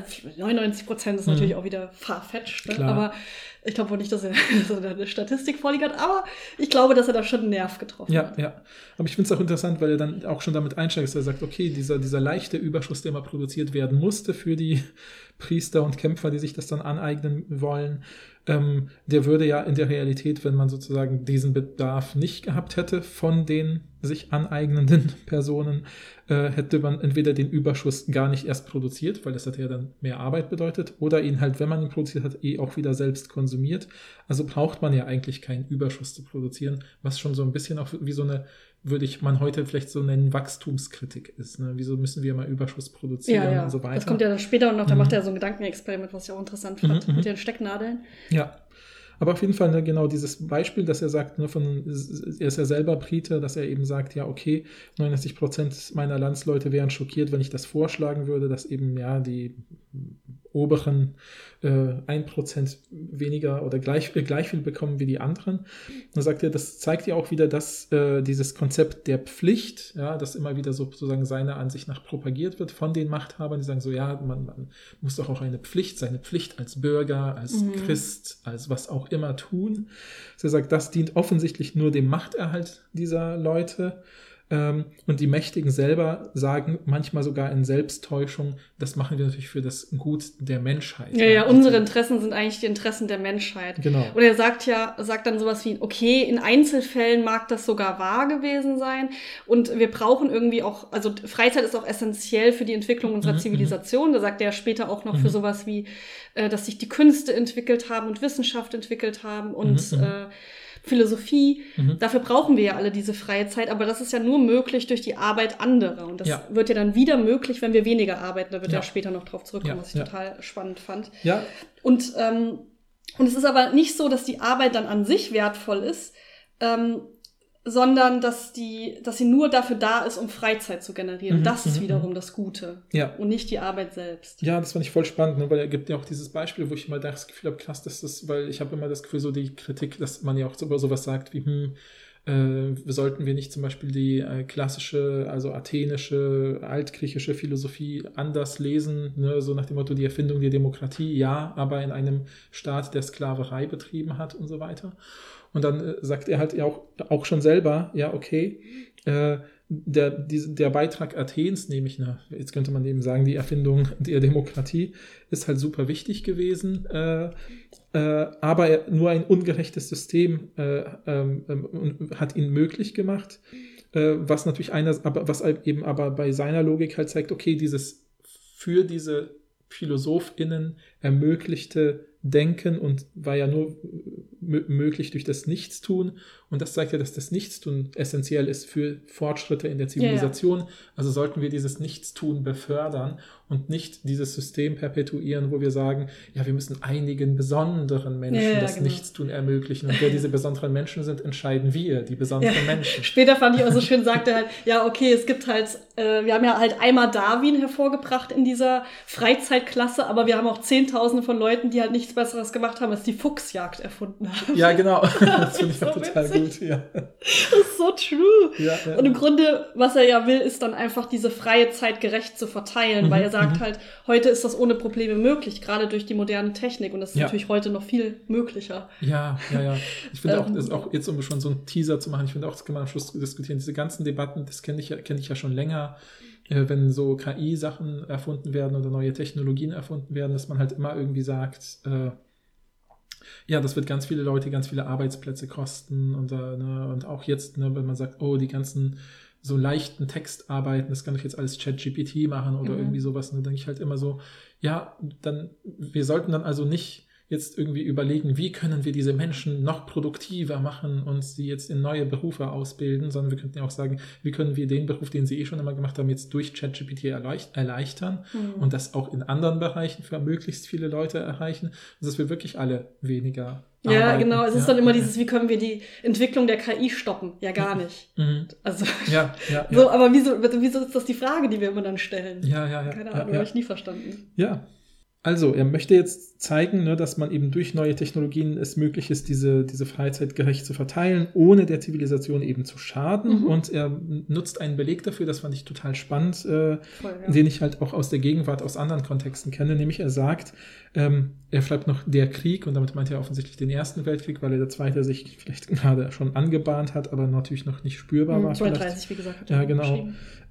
Speaker 2: 99% ist natürlich auch wieder far-fetched. Ne? Aber ich glaube wohl nicht, dass er so eine Statistik vorliegt hat, aber ich glaube, dass er da schon einen Nerv getroffen hat.
Speaker 3: Ja. Aber ich finde es auch interessant, weil er dann auch schon damit einsteigt, dass er sagt, okay, dieser leichte Überschuss, der mal produziert werden musste für die Priester und Kämpfer, die sich das dann aneignen wollen, der würde ja in der Realität, wenn man sozusagen diesen Bedarf nicht gehabt hätte von den sich aneignenden Personen, hätte man entweder den Überschuss gar nicht erst produziert, weil das hätte ja dann mehr Arbeit bedeutet, oder ihn halt, wenn man ihn produziert hat, auch wieder selbst konsumiert. Also braucht man ja eigentlich keinen Überschuss zu produzieren, was schon so ein bisschen auch wie so eine, würde man heute vielleicht so nennen, Wachstumskritik ist. Ne? Wieso müssen wir mal Überschuss produzieren und so weiter? Das
Speaker 2: kommt ja dann später und noch, da macht er so ein Gedankenexperiment, was ich auch interessant fand, mit den Stecknadeln.
Speaker 3: Ja. Aber auf jeden Fall genau dieses Beispiel, dass er sagt, er ist ja selber Brite, dass er eben sagt, 99% meiner Landsleute wären schockiert, wenn ich das vorschlagen würde, dass eben die oberen 1% weniger oder gleich viel bekommen wie die anderen. Dann sagt er, das zeigt ja auch wieder, dass dieses Konzept der Pflicht, das immer wieder sozusagen seiner Ansicht nach propagiert wird von den Machthabern, die sagen so, man muss doch auch seine Pflicht als Bürger, als Christ, als was auch immer tun. Also er sagt, das dient offensichtlich nur dem Machterhalt dieser Leute. Und die Mächtigen selber sagen manchmal sogar in Selbsttäuschung, das machen wir natürlich für das Gut der Menschheit.
Speaker 2: Ja, unsere Interessen sind eigentlich die Interessen der Menschheit.
Speaker 3: Genau.
Speaker 2: Und er sagt dann sowas wie, okay, in Einzelfällen mag das sogar wahr gewesen sein und wir brauchen irgendwie auch, also Freizeit ist auch essentiell für die Entwicklung unserer Zivilisation. Da sagt er ja später auch noch für sowas wie, dass sich die Künste entwickelt haben und Wissenschaft entwickelt haben und Philosophie. Dafür brauchen wir ja alle diese freie Zeit, aber das ist ja nur möglich durch die Arbeit anderer. Und das wird ja dann wieder möglich, wenn wir weniger arbeiten. Da wird er später noch drauf zurückkommen, was ich total spannend fand.
Speaker 3: Ja.
Speaker 2: Und es ist aber nicht so, dass die Arbeit dann an sich wertvoll ist, sondern dass sie nur dafür da ist, um Freizeit zu generieren. Das ist wiederum das Gute und nicht die Arbeit selbst.
Speaker 3: Ja, das fand ich voll spannend, ne? Weil er gibt ja auch dieses Beispiel, wo ich immer das Gefühl habe, krass, weil ich habe immer das Gefühl, so die Kritik, dass man ja auch über sowas sagt wie, sollten wir nicht zum Beispiel die klassische, also athenische, altgriechische Philosophie anders lesen, ne? So nach dem Motto, die Erfindung der Demokratie, ja, aber in einem Staat, der Sklaverei betrieben hat und so weiter. Und dann sagt er halt ja auch schon selber, ja, okay, der Beitrag Athens, nämlich, jetzt könnte man eben sagen, die Erfindung der Demokratie, ist halt super wichtig gewesen, aber nur ein ungerechtes System hat ihn möglich gemacht, was natürlich was eben aber bei seiner Logik halt zeigt, okay, für diese PhilosophInnen ermöglichte Denken und war ja nur möglich durch das Nichtstun. Und das zeigt ja, dass das Nichtstun essentiell ist für Fortschritte in der Zivilisation. Ja. Also sollten wir dieses Nichtstun befördern und nicht dieses System perpetuieren, wo wir sagen, ja, wir müssen einigen besonderen Menschen das Nichtstun ermöglichen. Und wer diese besonderen Menschen sind, entscheiden wir, die besonderen Menschen.
Speaker 2: Später fand ich auch so schön, sagte halt, ja, okay, es gibt halt, wir haben ja halt einmal Darwin hervorgebracht in dieser Freizeitklasse, aber wir haben auch Zehntausende von Leuten, die halt nichts Besseres gemacht haben, als die Fuchsjagd erfunden haben.
Speaker 3: Ja, genau. Das finde ich auch total gut. Ja.
Speaker 2: Das ist so true. Ja. Und im Grunde, was er ja will, ist dann einfach diese freie Zeit gerecht zu verteilen, weil er sagt halt, heute ist das ohne Probleme möglich, gerade durch die moderne Technik. Und das ist natürlich heute noch viel möglicher.
Speaker 3: Ja. Ich finde auch, das ist auch jetzt, um schon so einen Teaser zu machen, ich finde auch, das kann man am Schluss diskutieren. Diese ganzen Debatten, das kenne ich ja schon länger, wenn so KI-Sachen erfunden werden oder neue Technologien erfunden werden, dass man halt immer irgendwie sagt, das wird ganz viele Leute, ganz viele Arbeitsplätze kosten und auch jetzt, wenn man sagt, oh, die ganzen so leichten Textarbeiten, das kann doch jetzt alles ChatGPT machen oder irgendwie sowas, dann denke ich halt immer so, wir sollten dann also nicht jetzt irgendwie überlegen, wie können wir diese Menschen noch produktiver machen und sie jetzt in neue Berufe ausbilden, sondern wir könnten ja auch sagen, wie können wir den Beruf, den sie schon immer gemacht haben, jetzt durch ChatGPT erleichtern und das auch in anderen Bereichen für möglichst viele Leute erreichen, dass wir wirklich alle weniger arbeiten.
Speaker 2: Ja, genau. Es ist dann immer dieses, wie können wir die Entwicklung der KI stoppen? Ja, gar nicht. Also, so, aber wieso ist das die Frage, die wir immer dann stellen? Keine Ahnung, habe ich nie verstanden.
Speaker 3: Ja. Also, er möchte jetzt zeigen, dass man eben durch neue Technologien es möglich ist, diese Freizeit gerecht zu verteilen, ohne der Zivilisation eben zu schaden. Und er nutzt einen Beleg dafür, das fand ich total spannend, den ich halt auch aus der Gegenwart, aus anderen Kontexten kenne. Nämlich er sagt, er schreibt noch der Krieg, und damit meint er offensichtlich den Ersten Weltkrieg, weil der Zweite sich vielleicht gerade schon angebahnt hat, aber natürlich noch nicht spürbar war.
Speaker 2: 32, wie gesagt.
Speaker 3: Ja, genau.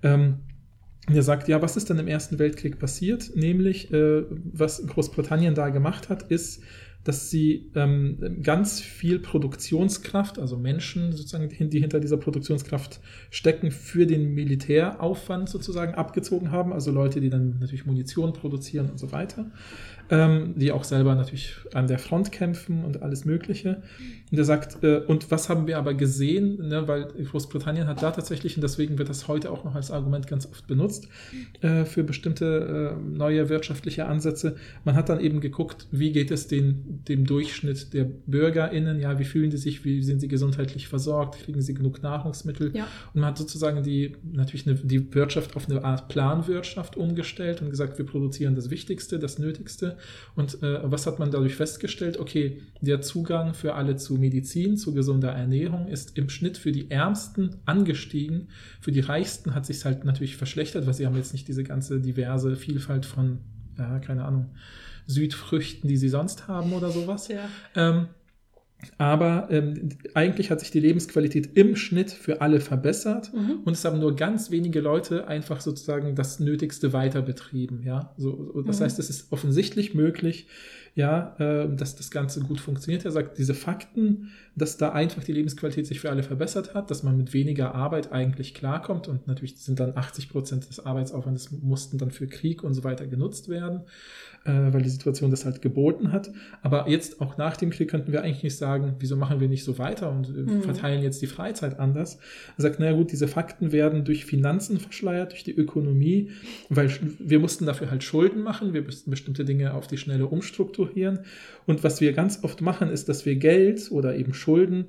Speaker 3: Und er sagt, was ist dann im Ersten Weltkrieg passiert? Nämlich, was Großbritannien da gemacht hat, ist, dass sie ganz viel Produktionskraft, also Menschen sozusagen, die hinter dieser Produktionskraft stecken, für den Militäraufwand sozusagen abgezogen haben. Also Leute, die dann natürlich Munition produzieren und so weiter, die auch selber natürlich an der Front kämpfen und alles Mögliche. Und er sagt, und was haben wir aber gesehen, weil Großbritannien hat da tatsächlich, und deswegen wird das heute auch noch als Argument ganz oft benutzt, für bestimmte neue wirtschaftliche Ansätze. Man hat dann eben geguckt, wie geht es dem Durchschnitt der BürgerInnen, wie fühlen die sich, wie sind sie gesundheitlich versorgt, kriegen sie genug Nahrungsmittel. Ja. Und man hat sozusagen die Wirtschaft auf eine Art Planwirtschaft umgestellt und gesagt, wir produzieren das Wichtigste, das Nötigste. Und was hat man dadurch festgestellt? Okay, der Zugang für alle zu Medizin, zu gesunder Ernährung ist im Schnitt für die Ärmsten angestiegen. Für die Reichsten hat sich es halt natürlich verschlechtert, weil sie haben jetzt nicht diese ganze diverse Vielfalt von, keine Ahnung, Südfrüchten, die sie sonst haben oder sowas. Ja. Aber eigentlich hat sich die Lebensqualität im Schnitt für alle verbessert und es haben nur ganz wenige Leute einfach sozusagen das Nötigste weiter betrieben. Ja? Das heißt, es ist offensichtlich möglich, ja, dass das Ganze gut funktioniert. Er sagt, diese Fakten, dass da einfach die Lebensqualität sich für alle verbessert hat, dass man mit weniger Arbeit eigentlich klarkommt und natürlich sind dann 80% des Arbeitsaufwandes mussten dann für Krieg und so weiter genutzt werden, weil die Situation das halt geboten hat. Aber jetzt auch nach dem Krieg könnten wir eigentlich nicht sagen, wieso machen wir nicht so weiter und verteilen jetzt die Freizeit anders. Er sagt, naja gut, diese Fakten werden durch Finanzen verschleiert, durch die Ökonomie, weil wir mussten dafür halt Schulden machen, wir mussten bestimmte Dinge auf die Schnelle umstrukturieren. Und was wir ganz oft machen, ist, dass wir Geld oder eben Schulden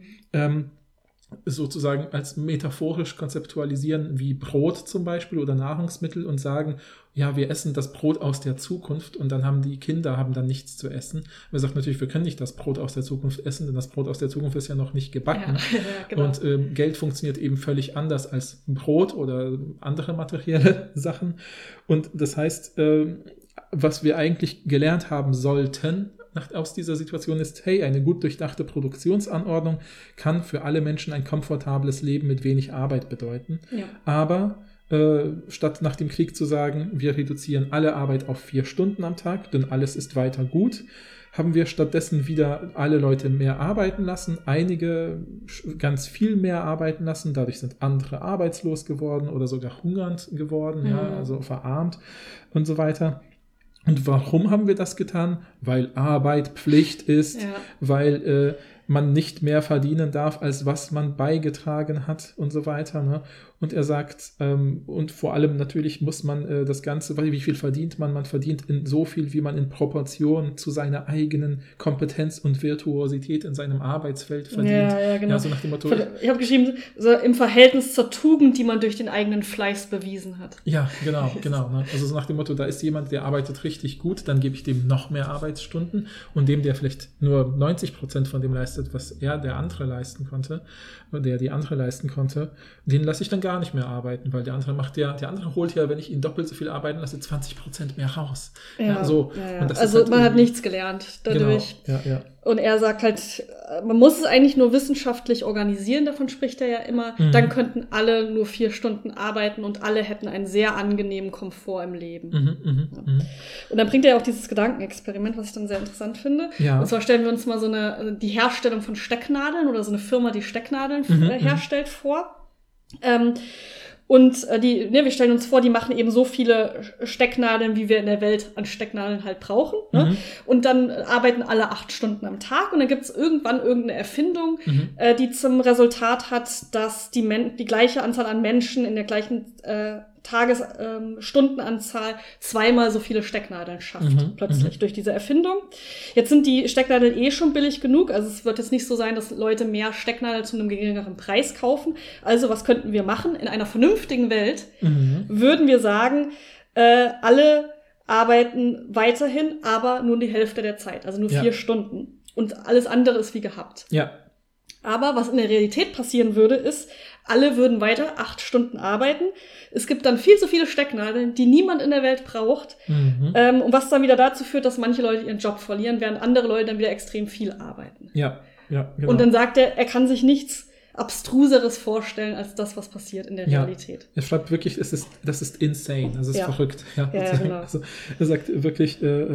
Speaker 3: sozusagen als metaphorisch konzeptualisieren, wie Brot zum Beispiel oder Nahrungsmittel und sagen, ja, wir essen das Brot aus der Zukunft und dann haben die Kinder dann nichts zu essen. Wir sagen natürlich, wir können nicht das Brot aus der Zukunft essen, denn das Brot aus der Zukunft ist ja noch nicht gebacken. Ja, genau. Und Geld funktioniert eben völlig anders als Brot oder andere materielle Sachen. Und das heißt, was wir eigentlich gelernt haben sollten aus dieser Situation ist, hey, eine gut durchdachte Produktionsanordnung kann für alle Menschen ein komfortables Leben mit wenig Arbeit bedeuten. Ja. Aber statt nach dem Krieg zu sagen, wir reduzieren alle Arbeit auf 4 Stunden am Tag, denn alles ist weiter gut, haben wir stattdessen wieder alle Leute mehr arbeiten lassen, einige ganz viel mehr arbeiten lassen, dadurch sind andere arbeitslos geworden oder sogar hungernd geworden, ja, also verarmt und so weiter. Und warum haben wir das getan? Weil Arbeit Pflicht ist, weil man nicht mehr verdienen darf, als was man beigetragen hat und so weiter. Ne? Und er sagt, und vor allem natürlich muss man das Ganze, wie viel verdient man? Man verdient in so viel, wie man in Proportion zu seiner eigenen Kompetenz und Virtuosität in seinem Arbeitsfeld verdient.
Speaker 2: Ja, genau.
Speaker 3: Ja, so nach dem Motto,
Speaker 2: ich habe geschrieben, so im Verhältnis zur Tugend, die man durch den eigenen Fleiß bewiesen hat.
Speaker 3: Ja, genau. Ne? Also so nach dem Motto, da ist jemand, der arbeitet richtig gut, dann gebe ich dem noch mehr Arbeitsstunden und dem, der vielleicht nur 90% von dem leistet, was der andere leisten konnte, die andere leisten konnte, den lasse ich dann gar nicht mehr arbeiten, weil der andere holt ja, wenn ich ihn doppelt so viel arbeiten lasse, 20% mehr raus.
Speaker 2: Ja. Und das also man hat nichts gelernt dadurch.
Speaker 3: Genau. Ja.
Speaker 2: Und er sagt halt, man muss es eigentlich nur wissenschaftlich organisieren, davon spricht er ja immer. Dann könnten alle nur 4 Stunden arbeiten und alle hätten einen sehr angenehmen Komfort im Leben. Und dann bringt er ja auch dieses Gedankenexperiment, was ich dann sehr interessant finde. Ja. Und zwar stellen wir uns mal die Herstellung von Stecknadeln oder so eine Firma, die Stecknadeln herstellt, vor. Wir stellen uns vor, die machen eben so viele Stecknadeln, wie wir in der Welt an Stecknadeln halt brauchen. Ne? Und dann arbeiten alle 8 Stunden am Tag und dann gibt es irgendwann irgendeine Erfindung, die zum Resultat hat, dass die gleiche Anzahl an Menschen in der gleichen Stundenanzahl 2-mal so viele Stecknadeln schafft, plötzlich durch diese Erfindung. Jetzt sind die Stecknadeln schon billig genug, also es wird jetzt nicht so sein, dass Leute mehr Stecknadeln zu einem geringeren Preis kaufen. Also was könnten wir machen? In einer vernünftigen Welt würden wir sagen, alle arbeiten weiterhin, aber nur die Hälfte der Zeit, also nur 4 Stunden. Und alles andere ist wie gehabt. Ja. Aber was in der Realität passieren würde, ist, alle würden weiter 8 Stunden arbeiten. Es gibt dann viel zu viele Stecknadeln, die niemand in der Welt braucht. Und was dann wieder dazu führt, dass manche Leute ihren Job verlieren, während andere Leute dann wieder extrem viel arbeiten. Ja, genau. Und dann sagt er kann sich nichts Abstruseres vorstellen als das, was passiert in der Realität. Er
Speaker 3: schreibt wirklich, das ist insane, das ist verrückt. Ja, genau. Also, er sagt wirklich,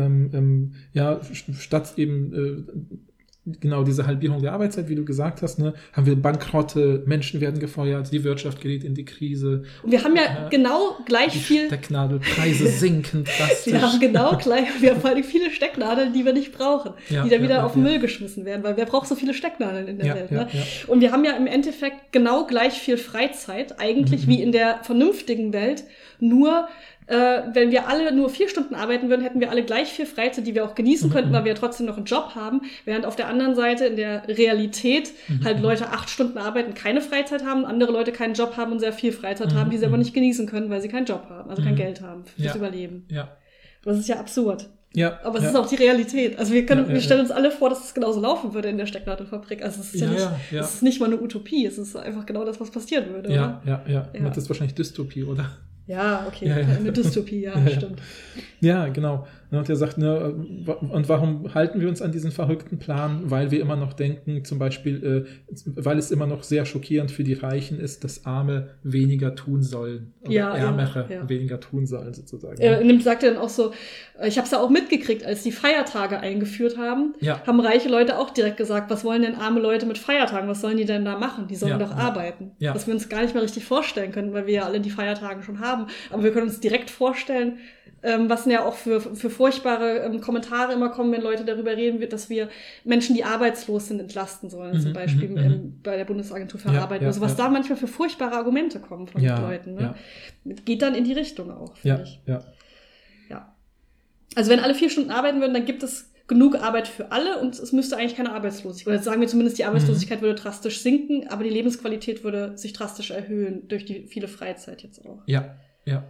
Speaker 3: statt eben genau diese Halbierung der Arbeitszeit, wie du gesagt hast, ne, haben wir Bankrotte, Menschen werden gefeuert, die Wirtschaft gerät in die Krise.
Speaker 2: Und wir haben ja genau gleich viel...
Speaker 3: Stecknadelpreise sinken drastisch.
Speaker 2: Wir haben vor allem viele Stecknadeln, die wir nicht brauchen, die dann wieder auf den Müll geschmissen werden, weil wer braucht so viele Stecknadeln in der Welt? Ne? Und wir haben ja im Endeffekt genau gleich viel Freizeit, eigentlich wie in der vernünftigen Welt, nur wenn wir alle nur 4 Stunden arbeiten würden, hätten wir alle gleich viel Freizeit, die wir auch genießen könnten, weil wir trotzdem noch einen Job haben, während auf der anderen Seite in der Realität halt Leute 8 Stunden arbeiten, keine Freizeit haben, andere Leute keinen Job haben und sehr viel Freizeit haben, die sie aber nicht genießen können, weil sie keinen Job haben, also kein Geld haben fürs Überleben. Ja. Das ist ja absurd. Ja, aber es ist auch die Realität. Also wir stellen uns alle vor, dass es genauso laufen würde in der Stecknadelfabrik. Also es ist es ist nicht mal eine Utopie, es ist einfach genau das, was passieren würde.
Speaker 3: Ja. Das ist wahrscheinlich Dystopie, oder?
Speaker 2: Ja, okay, eine Dystopie, stimmt.
Speaker 3: Ja, genau. Und er sagt, und warum halten wir uns an diesen verrückten Plan? Weil wir immer noch denken, zum Beispiel, weil es immer noch sehr schockierend für die Reichen ist, dass Arme weniger tun sollen. Oder Ärmere weniger tun sollen, sozusagen.
Speaker 2: Sagt er dann auch so, ich habe es ja auch mitgekriegt, als die Feiertage eingeführt haben, haben reiche Leute auch direkt gesagt, was wollen denn arme Leute mit Feiertagen? Was sollen die denn da machen? Die sollen doch arbeiten. Ja. Was wir uns gar nicht mehr richtig vorstellen können, weil wir ja alle die Feiertage schon haben. Aber wir können uns direkt vorstellen, was ja auch für furchtbare Kommentare immer kommen, wenn Leute darüber reden, dass wir Menschen, die arbeitslos sind, entlasten sollen, zum Beispiel bei der Bundesagentur für Arbeit. Also was da manchmal für furchtbare Argumente kommen von Leuten. Ne? Geht dann in die Richtung auch, finde ich. Ja. Also wenn alle 4 Stunden arbeiten würden, dann gibt es genug Arbeit für alle und es müsste eigentlich keine Arbeitslosigkeit, oder sagen wir zumindest, die Arbeitslosigkeit würde drastisch sinken, aber die Lebensqualität würde sich drastisch erhöhen durch die viele Freizeit jetzt auch. Ja.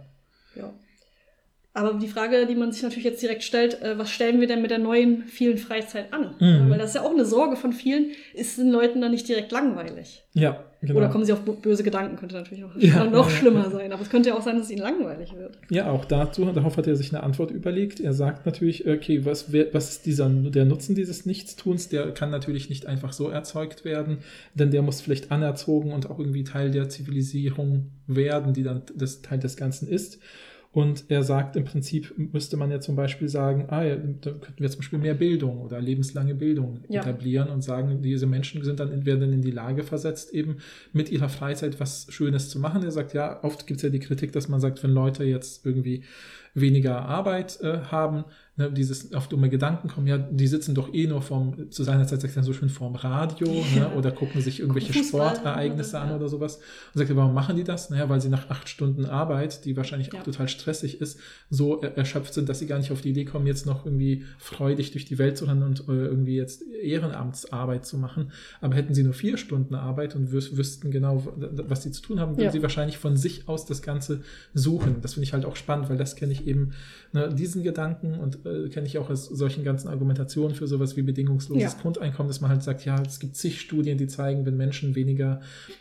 Speaker 2: Aber die Frage, die man sich natürlich jetzt direkt stellt, was stellen wir denn mit der neuen vielen Freizeit an? Weil das ist ja auch eine Sorge von vielen, ist den Leuten dann nicht direkt langweilig? Ja, genau. Oder kommen sie auf böse Gedanken, könnte natürlich noch schlimmer sein. Aber es könnte ja auch sein, dass es ihnen langweilig wird.
Speaker 3: Ja, auch darauf hat er sich eine Antwort überlegt. Er sagt natürlich, okay, was ist der Nutzen dieses Nichtstuns? Der kann natürlich nicht einfach so erzeugt werden, denn der muss vielleicht anerzogen und auch irgendwie Teil der Zivilisierung werden, die dann das Teil des Ganzen ist. Und er sagt, im Prinzip müsste man ja zum Beispiel sagen, da könnten wir zum Beispiel mehr Bildung oder lebenslange Bildung etablieren und sagen, diese Menschen werden dann in die Lage versetzt, eben mit ihrer Freizeit was Schönes zu machen. Er sagt, oft gibt es ja die Kritik, dass man sagt, wenn Leute jetzt irgendwie weniger Arbeit haben, dieses auf dumme Gedanken kommen, die sitzen doch nur zu seiner Zeit sagt er so schön vorm Radio, oder gucken sich irgendwelche Sportereignisse an oder sowas. Und sagt er, warum machen die das? Weil sie nach 8 Stunden Arbeit, die wahrscheinlich auch total stressig ist, so erschöpft sind, dass sie gar nicht auf die Idee kommen, jetzt noch irgendwie freudig durch die Welt zu rennen und irgendwie jetzt Ehrenamtsarbeit zu machen. Aber hätten sie nur 4 Stunden Arbeit und wüssten genau, was sie zu tun haben, würden sie wahrscheinlich von sich aus das Ganze suchen. Das finde ich halt auch spannend, weil das kenne ich eben, diesen Gedanken und kenne ich auch aus solchen ganzen Argumentationen für sowas wie bedingungsloses Grundeinkommen, dass man halt sagt, es gibt zig Studien, die zeigen, wenn Menschen weniger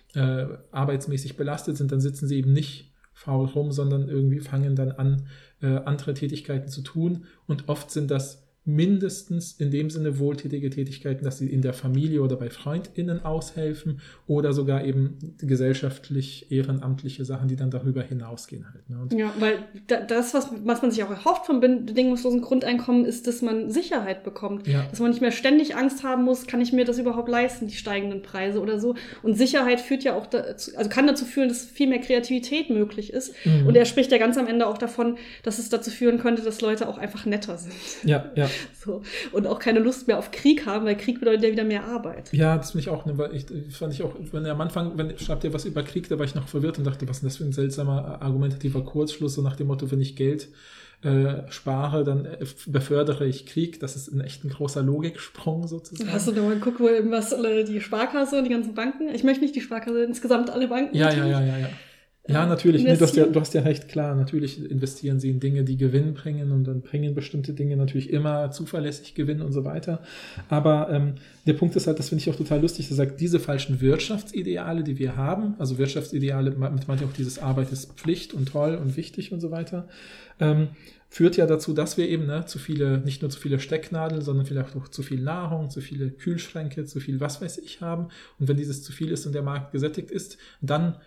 Speaker 3: arbeitsmäßig belastet sind, dann sitzen sie eben nicht faul rum, sondern irgendwie fangen dann an, andere Tätigkeiten zu tun. Und oft sind das mindestens in dem Sinne wohltätige Tätigkeiten, dass sie in der Familie oder bei FreundInnen aushelfen oder sogar eben gesellschaftlich ehrenamtliche Sachen, die dann darüber hinausgehen halt. Ne?
Speaker 2: Weil das, was man sich auch erhofft vom bedingungslosen Grundeinkommen, ist, dass man Sicherheit bekommt. Dass man nicht mehr ständig Angst haben muss, kann ich mir das überhaupt leisten, die steigenden Preise oder so. Und Sicherheit führt ja auch kann dazu führen, dass viel mehr Kreativität möglich ist. Und er spricht ja ganz am Ende auch davon, dass es dazu führen könnte, dass Leute auch einfach netter sind. Ja. So. Und auch keine Lust mehr auf Krieg haben, weil Krieg bedeutet ja wieder mehr Arbeit.
Speaker 3: Ja, das finde ich auch, weil fand ich auch, wenn er am Anfang, schreibt er was über Krieg, da war ich noch verwirrt und dachte, was ist denn das für ein seltsamer argumentativer Kurzschluss, so nach dem Motto, wenn ich Geld spare, dann befördere ich Krieg. Das ist echt ein großer Logiksprung sozusagen.
Speaker 2: Hast du da mal geguckt, was die Sparkasse und die ganzen Banken, ich möchte nicht die Sparkasse, insgesamt alle Banken.
Speaker 3: Ja. Ja, natürlich. Nee, du hast ja recht, klar. Natürlich investieren sie in Dinge, die Gewinn bringen und dann bringen bestimmte Dinge natürlich immer zuverlässig Gewinn und so weiter. Aber der Punkt ist halt, das finde ich auch total lustig, er sagt, diese falschen Wirtschaftsideale, die wir haben, also Wirtschaftsideale, mit manchmal auch dieses Arbeit ist Pflicht und toll und wichtig und so weiter, führt ja dazu, dass wir eben nicht nur zu viele Stecknadeln, sondern vielleicht auch zu viel Nahrung, zu viele Kühlschränke, zu viel was weiß ich haben. Und wenn dieses zu viel ist und der Markt gesättigt ist, dann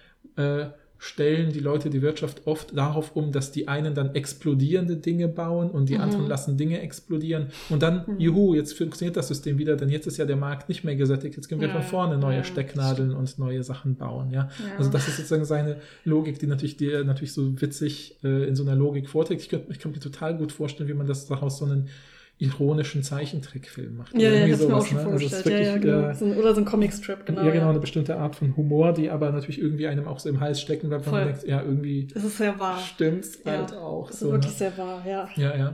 Speaker 3: stellen die Leute die Wirtschaft oft darauf um, dass die einen dann explodierende Dinge bauen und die anderen lassen Dinge explodieren. Und dann, jetzt funktioniert das System wieder, denn jetzt ist ja der Markt nicht mehr gesättigt. Jetzt können wir von vorne neue Stecknadeln und neue Sachen bauen. Ja? Also das ist sozusagen seine Logik, die natürlich so witzig in so einer Logik vorträgt. Ich kann mir total gut vorstellen, wie man das daraus so einen ironischen Zeichentrickfilm macht.
Speaker 2: Ja, ich hab's mir auch schon vorgestellt. Wirklich, genau. Oder so ein Comicstrip, genau.
Speaker 3: Ja, genau, eine bestimmte Art von Humor, die aber natürlich irgendwie einem auch so im Hals stecken bleibt, wenn man denkt, irgendwie
Speaker 2: das ist sehr wahr.
Speaker 3: Stimmt's halt auch.
Speaker 2: Das ist wirklich sehr wahr,
Speaker 3: Ja.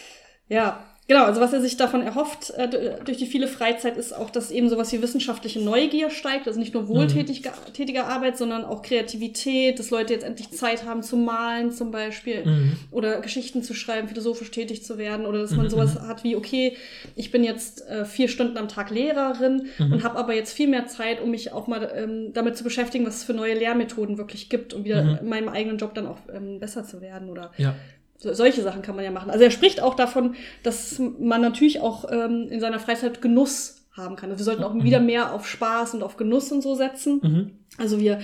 Speaker 2: Ja, genau, also was er sich davon erhofft durch die viele Freizeit ist auch, dass eben sowas wie wissenschaftliche Neugier steigt, also nicht nur wohltätige Arbeit, sondern auch Kreativität, dass Leute jetzt endlich Zeit haben zu malen zum Beispiel oder Geschichten zu schreiben, philosophisch tätig zu werden oder dass man sowas hat wie, okay, ich bin jetzt 4 Stunden am Tag Lehrerin und habe aber jetzt viel mehr Zeit, um mich auch mal damit zu beschäftigen, was es für neue Lehrmethoden wirklich gibt, um wieder in meinem eigenen Job dann auch besser zu werden oder Solche Sachen kann man ja machen. Also er spricht auch davon, dass man natürlich auch in seiner Freizeit Genuss haben kann. Also wir sollten auch wieder mehr auf Spaß und auf Genuss und so setzen. Also wir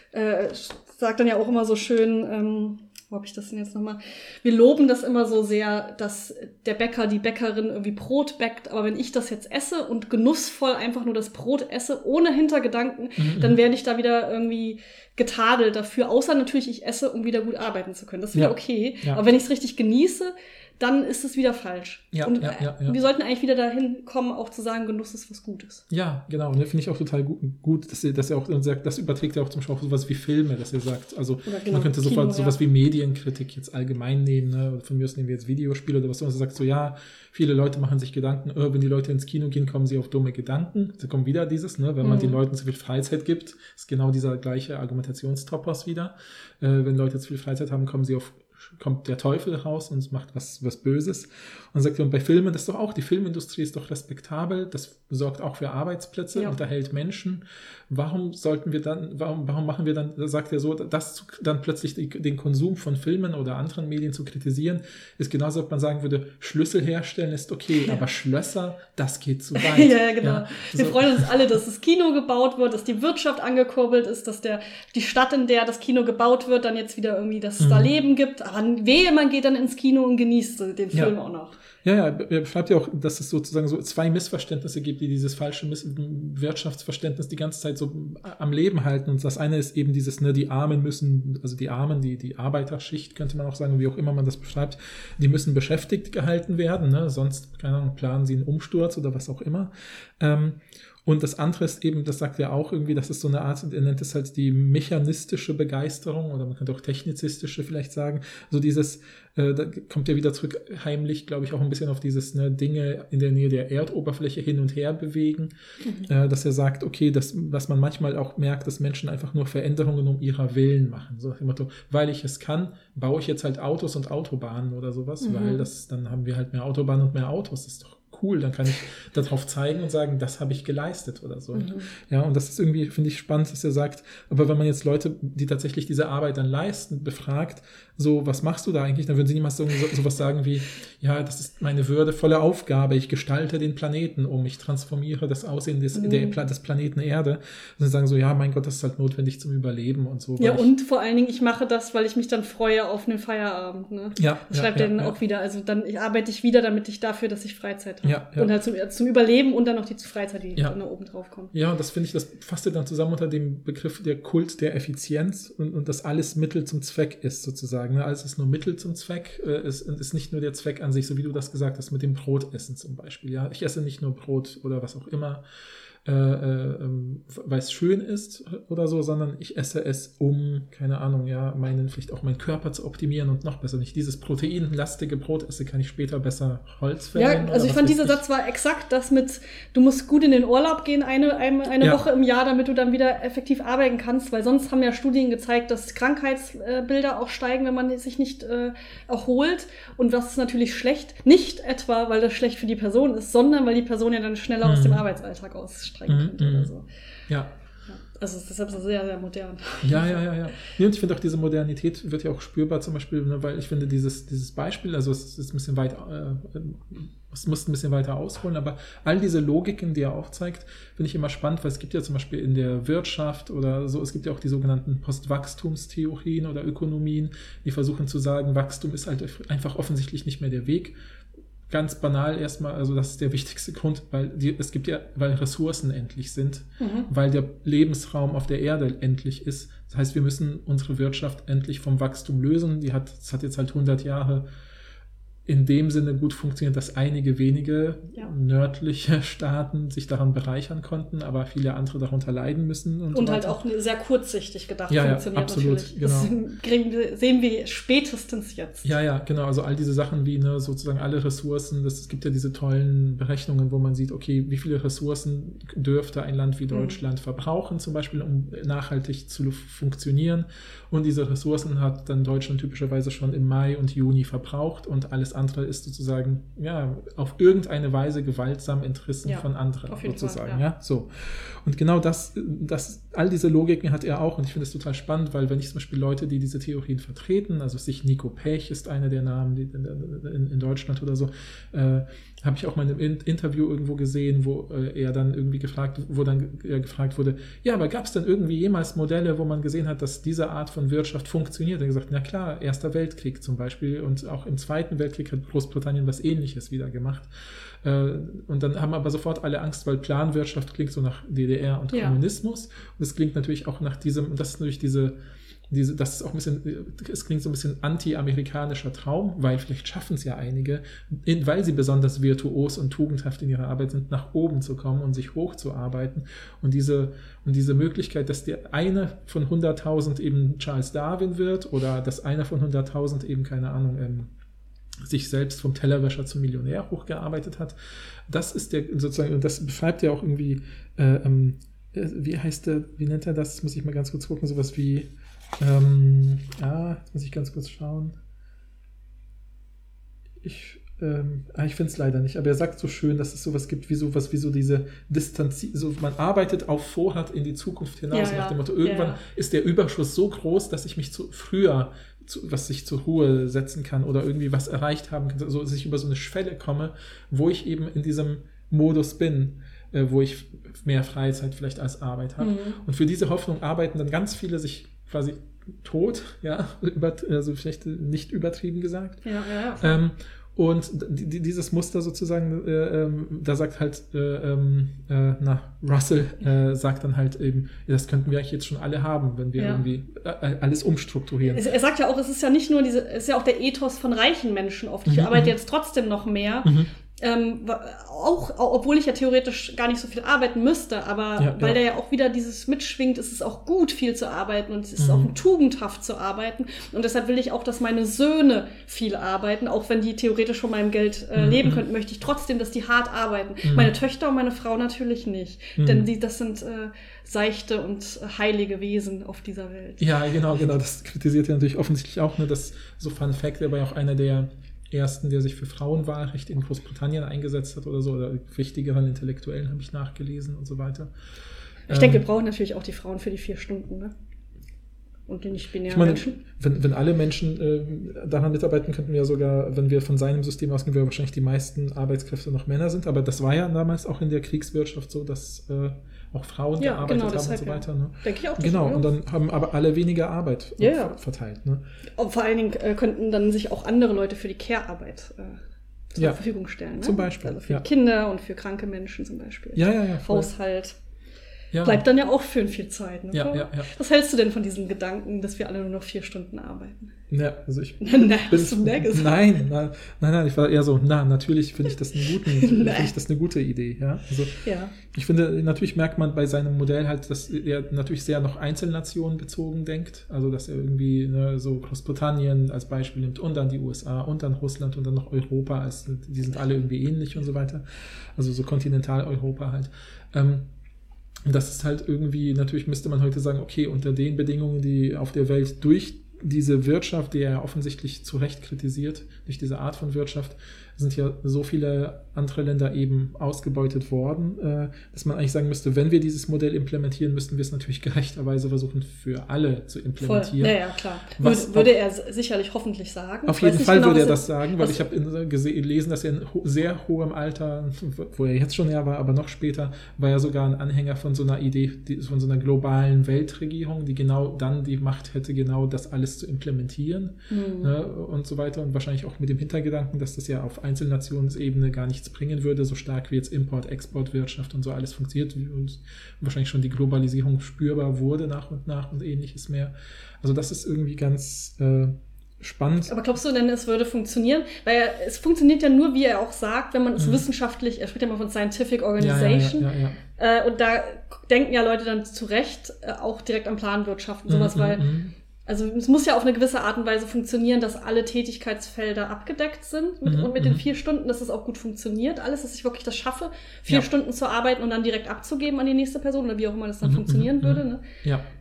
Speaker 2: sagt dann ja auch immer so schön, wo habe ich das denn jetzt nochmal? Wir loben das immer so sehr, dass der Bäcker, die Bäckerin irgendwie Brot bäckt, aber wenn ich das jetzt esse und genussvoll einfach nur das Brot esse, ohne Hintergedanken, dann werde ich da wieder irgendwie getadelt dafür, außer natürlich ich esse, um wieder gut arbeiten zu können. Das ist wieder okay. Ja. Aber wenn ich es richtig genieße, dann ist es wieder falsch.
Speaker 3: Ja,
Speaker 2: und wir sollten eigentlich wieder dahin kommen, auch zu sagen, Genuss ist was Gutes.
Speaker 3: Ja, genau. Und das finde ich auch total gut, dass er auch sagt, das überträgt ja auch zum Beispiel auch sowas wie Filme, dass er sagt, also man könnte sofort sowas wie Medienkritik jetzt allgemein nehmen, ne? Von mir aus nehmen wir jetzt Videospiele oder was, und er sagt so, ja, viele Leute machen sich Gedanken, wenn die Leute ins Kino gehen, kommen sie auf dumme Gedanken. Da kommt wieder dieses, ne? Wenn man den Leuten zu viel Freizeit gibt, ist genau dieser gleiche Argumentationstopos wieder. Wenn Leute zu viel Freizeit haben, kommt der Teufel raus und macht was Böses. Und sagt, und bei Filmen, das ist doch auch, die Filmindustrie ist doch respektabel, das sorgt auch für Arbeitsplätze, unterhält Menschen. Warum machen wir dann, sagt er so, dann plötzlich den Konsum von Filmen oder anderen Medien zu kritisieren, ist genauso, ob man sagen würde, Schlüssel herstellen ist okay, aber Schlösser, das geht zu weit.
Speaker 2: Ja, genau. Ja, wir freuen uns alle, dass das Kino gebaut wird, dass die Wirtschaft angekurbelt ist, dass die Stadt, in der das Kino gebaut wird, dann jetzt wieder irgendwie, dass es da Leben gibt. Aber wehe, man geht dann ins Kino und genießt den Film auch noch.
Speaker 3: Ja, er beschreibt ja auch, dass es sozusagen so zwei Missverständnisse gibt, die dieses falsche Wirtschaftsverständnis die ganze Zeit so am Leben halten. Und das eine ist eben dieses, ne, die Armen müssen, also die Armen, die Arbeiterschicht, könnte man auch sagen, wie auch immer man das beschreibt, die müssen beschäftigt gehalten werden, ne? Sonst, keine Ahnung, planen sie einen Umsturz oder was auch immer. Und das andere ist eben, das sagt er auch irgendwie, das ist so eine Art, er nennt es halt die mechanistische Begeisterung oder man könnte auch technizistische vielleicht sagen. So dieses, da kommt er wieder zurück, heimlich, glaube ich, auch ein bisschen auf dieses, ne, Dinge in der Nähe der Erdoberfläche hin und her bewegen. Dass er sagt, okay, was man manchmal auch merkt, dass Menschen einfach nur Veränderungen um ihrer Willen machen. So nach dem Motto, weil ich es kann, baue ich jetzt halt Autos und Autobahnen oder sowas, weil dann haben wir halt mehr Autobahnen und mehr Autos, das ist doch cool, dann kann ich darauf zeigen und sagen, das habe ich geleistet oder so. Ja, und das ist irgendwie, finde ich, spannend, dass er sagt, aber wenn man jetzt Leute, die tatsächlich diese Arbeit dann leisten, befragt, so, was machst du da eigentlich? Dann würden sie niemals sowas sagen wie, ja, das ist meine würdevolle Aufgabe, ich gestalte den Planeten um, ich transformiere das Aussehen des Planeten Erde. Und sie sagen so, ja, mein Gott, das ist halt notwendig zum Überleben und so.
Speaker 2: Ja, und vor allen Dingen, ich mache das, weil ich mich dann freue auf einen Feierabend. Ne? Ja, das schreibt er dann auch wieder. Also dann arbeite ich wieder, damit ich dafür, dass ich Freizeit habe. Ja. Und halt zum Überleben und dann noch die Freizeit, die dann da oben drauf kommt.
Speaker 3: Ja, und das finde ich, das fasst er dann zusammen unter dem Begriff der Kult der Effizienz und dass alles Mittel zum Zweck ist, sozusagen. Ne? Alles ist nur Mittel zum Zweck, ist nicht nur der Zweck an sich, so wie du das gesagt hast, mit dem Brotessen zum Beispiel. Ja, ich esse nicht nur Brot oder was auch immer, weil es schön ist oder so, sondern ich esse es, um, keine Ahnung, ja, vielleicht auch meinen Körper zu optimieren und noch besser. Nicht dieses proteinlastige Brot esse, kann ich später besser Holz verwenden.
Speaker 2: Ja, also ich fand, dieser Satz war exakt das mit, du musst gut in den Urlaub gehen, eine Woche im Jahr, damit du dann wieder effektiv arbeiten kannst, weil sonst haben ja Studien gezeigt, dass Krankheitsbilder auch steigen, wenn man sich nicht erholt. Und das ist natürlich schlecht, nicht etwa, weil das schlecht für die Person ist, sondern weil die Person ja dann schneller aus dem Arbeitsalltag aussteigt. Könnte oder so.
Speaker 3: Ja.
Speaker 2: Also deshalb ist das sehr, sehr modern.
Speaker 3: Ja. Und ich finde auch, diese Modernität wird ja auch spürbar, zum Beispiel, ne, weil ich finde, dieses Beispiel, also es ist ein bisschen weit, es muss ein bisschen weiter ausholen, aber all diese Logiken, die er aufzeigt, finde ich immer spannend, weil es gibt ja zum Beispiel in der Wirtschaft oder so, es gibt ja auch die sogenannten Postwachstumstheorien oder Ökonomien, die versuchen zu sagen, Wachstum ist halt einfach offensichtlich nicht mehr der Weg. Ganz banal erstmal, also das ist der wichtigste Grund, weil Ressourcen endlich sind, weil der Lebensraum auf der Erde endlich ist. Das heißt, wir müssen unsere Wirtschaft endlich vom Wachstum lösen. Das hat jetzt halt 100 Jahre in dem Sinne gut funktioniert, dass einige wenige nördliche Staaten sich daran bereichern konnten, aber viele andere darunter leiden müssen. Und
Speaker 2: halt auch sehr kurzsichtig gedacht funktioniert
Speaker 3: absolut,
Speaker 2: natürlich.
Speaker 3: Genau.
Speaker 2: Das sehen wir spätestens jetzt.
Speaker 3: Ja, genau. Also all diese Sachen wie sozusagen alle Ressourcen, es gibt ja diese tollen Berechnungen, wo man sieht, okay, wie viele Ressourcen dürfte ein Land wie Deutschland verbrauchen, zum Beispiel, um nachhaltig zu funktionieren. Und diese Ressourcen hat dann Deutschland typischerweise schon im Mai und Juni verbraucht und alles andere ist sozusagen, ja, auf irgendeine Weise gewaltsam entrissen von anderen sozusagen.
Speaker 2: Fall,
Speaker 3: ja. So. Und genau all diese Logiken hat er auch und ich finde es total spannend, weil wenn ich zum Beispiel Leute, die diese Theorien vertreten, also Nico Pech ist einer der Namen in Deutschland oder so, habe ich auch mal in einem Interview irgendwo gesehen, wo er dann irgendwie gefragt wurde, ja, aber gab es denn irgendwie jemals Modelle, wo man gesehen hat, dass diese Art von Wirtschaft funktioniert? Er hat gesagt, na klar, Erster Weltkrieg zum Beispiel und auch im Zweiten Weltkrieg hat Großbritannien was Ähnliches wieder gemacht. Und dann haben aber sofort alle Angst, weil Planwirtschaft klingt so nach DDR und Kommunismus und es klingt natürlich auch nach diesem, und das ist natürlich das ist auch ein bisschen, es klingt so ein bisschen anti-amerikanischer Traum, weil vielleicht schaffen es ja einige, weil sie besonders virtuos und tugendhaft in ihrer Arbeit sind, nach oben zu kommen und sich hochzuarbeiten. Und diese Möglichkeit, dass der eine von 100.000 eben Charles Darwin wird oder dass einer von 100.000 eben, keine Ahnung, sich selbst vom Tellerwäscher zum Millionär hochgearbeitet hat, das ist der sozusagen, und das beschreibt ja auch irgendwie, wie nennt er das? Das muss ich mal ganz kurz gucken, sowas wie jetzt muss ich ganz kurz schauen. Ich finde es leider nicht, aber er sagt so schön, dass es sowas gibt wie so diese Distanz, so man arbeitet auf Vorrat in die Zukunft hinaus, nach dem Motto, irgendwann ist der Überschuss so groß, dass ich mich was ich zur Ruhe setzen kann oder irgendwie was erreicht haben kann, so dass ich über so eine Schwelle komme, wo ich eben in diesem Modus bin, wo ich mehr Freizeit vielleicht als Arbeit habe. Und für diese Hoffnung arbeiten dann ganz viele sich quasi tot, also vielleicht nicht übertrieben gesagt. Und dieses Muster sozusagen, da sagt halt, Russell sagt dann halt eben, das könnten wir eigentlich jetzt schon alle haben, wenn wir irgendwie alles umstrukturieren.
Speaker 2: Er sagt ja auch, es ist ja nicht nur es ist ja auch der Ethos von reichen Menschen oft. Ich arbeite jetzt trotzdem noch mehr. Auch obwohl ich ja theoretisch gar nicht so viel arbeiten müsste, aber weil da ja auch wieder dieses mitschwingt, ist es auch gut, viel zu arbeiten und es ist auch tugendhaft zu arbeiten und deshalb will ich auch, dass meine Söhne viel arbeiten, auch wenn die theoretisch von meinem Geld leben könnten, möchte ich trotzdem, dass die hart arbeiten. Meine Töchter und meine Frau natürlich nicht, denn das sind seichte und heilige Wesen auf dieser Welt.
Speaker 3: Ja, genau, das kritisiert er natürlich offensichtlich auch, ne, dass so Fun Fact, er war ja auch einer der ersten, der sich für Frauenwahlrecht in Großbritannien eingesetzt hat oder so, oder wichtigeren Intellektuellen habe ich nachgelesen und so weiter.
Speaker 2: Ich denke, wir brauchen natürlich auch die Frauen für die 4 Stunden, ne? Und die nicht-binären Menschen.
Speaker 3: Wenn alle Menschen daran mitarbeiten, könnten wir sogar, wenn wir von seinem System ausgehen, wir wahrscheinlich die meisten Arbeitskräfte noch Männer sind, aber das war ja damals auch in der Kriegswirtschaft so, dass auch Frauen gearbeitet haben und so weiter. Ne?
Speaker 2: Denke ich auch.
Speaker 3: Genau, und dann haben aber alle weniger Arbeit verteilt. Ne?
Speaker 2: Und vor allen Dingen könnten dann sich auch andere Leute für die Care-Arbeit zur Verfügung stellen. Ne?
Speaker 3: Zum Beispiel.
Speaker 2: Also für Kinder und für kranke Menschen zum Beispiel. Haushalt.
Speaker 3: Ja.
Speaker 2: Bleibt dann ja auch für viel Zeit. Ne?
Speaker 3: Ja.
Speaker 2: Was hältst du denn von diesem Gedanken, dass wir alle nur noch 4 Stunden arbeiten?
Speaker 3: Ja, also ich
Speaker 2: hast du mehr gesagt?
Speaker 3: Nein, ich war eher so, natürlich finde ich das eine gute Idee. Ja? Also, ich finde, natürlich merkt man bei seinem Modell halt, dass er natürlich sehr noch Einzelnationen bezogen denkt, also dass er irgendwie so Großbritannien als Beispiel nimmt und dann die USA und dann Russland und dann noch Europa, die sind alle irgendwie ähnlich und so weiter, also so Kontinentaleuropa halt. Das ist halt irgendwie, natürlich müsste man heute sagen, okay, unter den Bedingungen, die auf der Welt durch diese Wirtschaft, die er offensichtlich zu Recht kritisiert, durch diese Art von Wirtschaft, sind ja so viele andere Länder eben ausgebeutet worden, dass man eigentlich sagen müsste, wenn wir dieses Modell implementieren, müssten wir es natürlich gerechterweise versuchen, für alle zu implementieren.
Speaker 2: Voll. Ja, klar. Würde er sicherlich hoffentlich sagen.
Speaker 3: Auf jeden Fall würde er das sagen, weil ich habe gelesen, dass er in sehr hohem Alter, wo er jetzt schon war, aber noch später, war er sogar ein Anhänger von so einer Idee, von so einer globalen Weltregierung, die genau dann die Macht hätte, genau das alles zu implementieren und so weiter. Und wahrscheinlich auch mit dem Hintergedanken, dass das ja auf Einzelnationsebene gar nichts bringen würde, so stark wie jetzt Import-Export-Wirtschaft und so alles funktioniert und wahrscheinlich schon die Globalisierung spürbar wurde nach und ähnliches mehr. Also das ist irgendwie ganz spannend.
Speaker 2: Aber glaubst du denn, es würde funktionieren? Weil es funktioniert ja nur, wie er auch sagt, wenn man es wissenschaftlich, er spricht ja mal von Scientific Organization, und da denken ja Leute dann zu Recht auch direkt an Planwirtschaft und sowas, weil also es muss ja auf eine gewisse Art und Weise funktionieren, dass alle Tätigkeitsfelder abgedeckt sind und mit den 4 Stunden, dass es auch gut funktioniert. Alles, dass ich wirklich das schaffe, 4 Stunden zu arbeiten und dann direkt abzugeben an die nächste Person oder wie auch immer das dann funktionieren würde. Ne?
Speaker 3: Ja.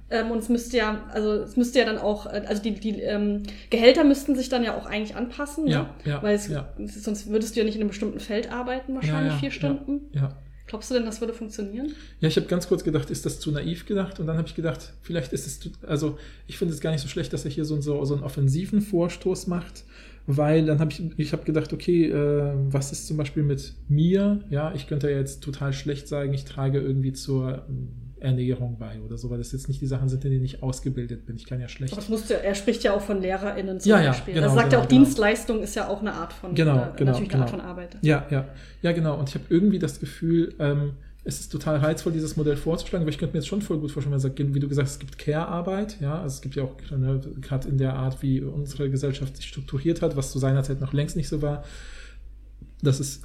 Speaker 2: Und es müsste ja dann auch, also die Gehälter müssten sich dann ja auch eigentlich anpassen, ne? Weil sonst würdest du ja nicht in einem bestimmten Feld arbeiten, wahrscheinlich 4 Stunden.
Speaker 3: Ja.
Speaker 2: Glaubst du denn, das würde funktionieren?
Speaker 3: Ja, ich habe ganz kurz gedacht, ist das zu naiv gedacht? Und dann habe ich gedacht, vielleicht ist es, also ich finde es gar nicht so schlecht, dass er hier so einen offensiven Vorstoß macht, weil dann habe ich gedacht, okay, was ist zum Beispiel mit mir? Ja, ich könnte ja jetzt total schlecht sagen, ich trage irgendwie zur Ernährung bei oder so, weil das jetzt nicht die Sachen sind, in denen ich ausgebildet bin. Ich kann ja schlecht.
Speaker 2: Aber er spricht ja auch von LehrerInnen zum Beispiel.
Speaker 3: Genau,
Speaker 2: er sagt ja auch, Dienstleistung ist ja auch eine Art von natürlich eine Art von Arbeit. Ja,
Speaker 3: genau. Und ich habe irgendwie das Gefühl, es ist total reizvoll, dieses Modell vorzuschlagen, weil ich könnte mir jetzt schon voll gut vorstellen, wie du gesagt hast, es gibt Care-Arbeit, ja, also es gibt ja auch gerade in der Art, wie unsere Gesellschaft sich strukturiert hat, was zu seiner Zeit noch längst nicht so war, dass es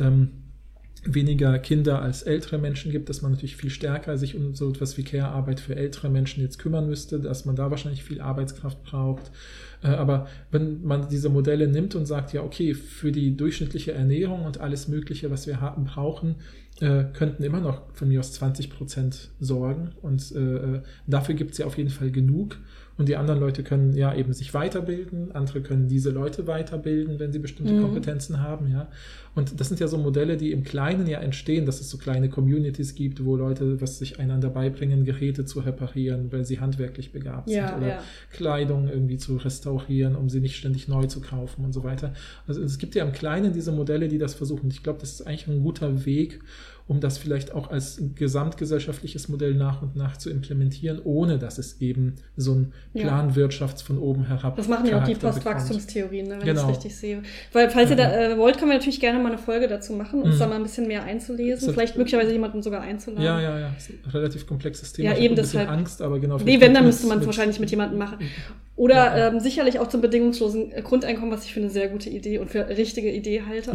Speaker 3: weniger Kinder als ältere Menschen gibt, dass man natürlich viel stärker sich um so etwas wie Care-Arbeit für ältere Menschen jetzt kümmern müsste, dass man da wahrscheinlich viel Arbeitskraft braucht. Aber wenn man diese Modelle nimmt und sagt, ja, okay, für die durchschnittliche Ernährung und alles Mögliche, was wir brauchen, könnten immer noch von mir aus 20% sorgen. Und dafür gibt es ja auf jeden Fall genug. Und die anderen Leute können ja eben sich weiterbilden, andere können diese Leute weiterbilden, wenn sie bestimmte Kompetenzen haben, ja. Und das sind ja so Modelle, die im Kleinen ja entstehen, dass es so kleine Communities gibt, wo Leute sich einander beibringen, Geräte zu reparieren, weil sie handwerklich begabt sind oder Kleidung irgendwie zu restaurieren, um sie nicht ständig neu zu kaufen und so weiter. Also es gibt ja im Kleinen diese Modelle, die das versuchen. Ich glaube, das ist eigentlich ein guter Weg, um das vielleicht auch als gesamtgesellschaftliches Modell nach und nach zu implementieren, ohne dass es eben so ein Planwirtschafts von oben herab.
Speaker 2: Das machen ja auch die Postwachstumstheorien, ne, wenn ich es richtig sehe. Weil, falls ihr da wollt, können wir natürlich gerne mal eine Folge dazu machen, uns da mal ein bisschen mehr einzulesen, vielleicht möglicherweise jemanden sogar einzuladen.
Speaker 3: Ja, das ist ein relativ komplexes Thema.
Speaker 2: Ja,
Speaker 3: ich
Speaker 2: eben
Speaker 3: habe ein bisschen
Speaker 2: deshalb.
Speaker 3: Angst, aber genau.
Speaker 2: Wenn, dann müsste man es wahrscheinlich mit jemandem machen. Oder sicherlich auch zum bedingungslosen Grundeinkommen, was ich für eine sehr gute Idee und für eine richtige Idee halte.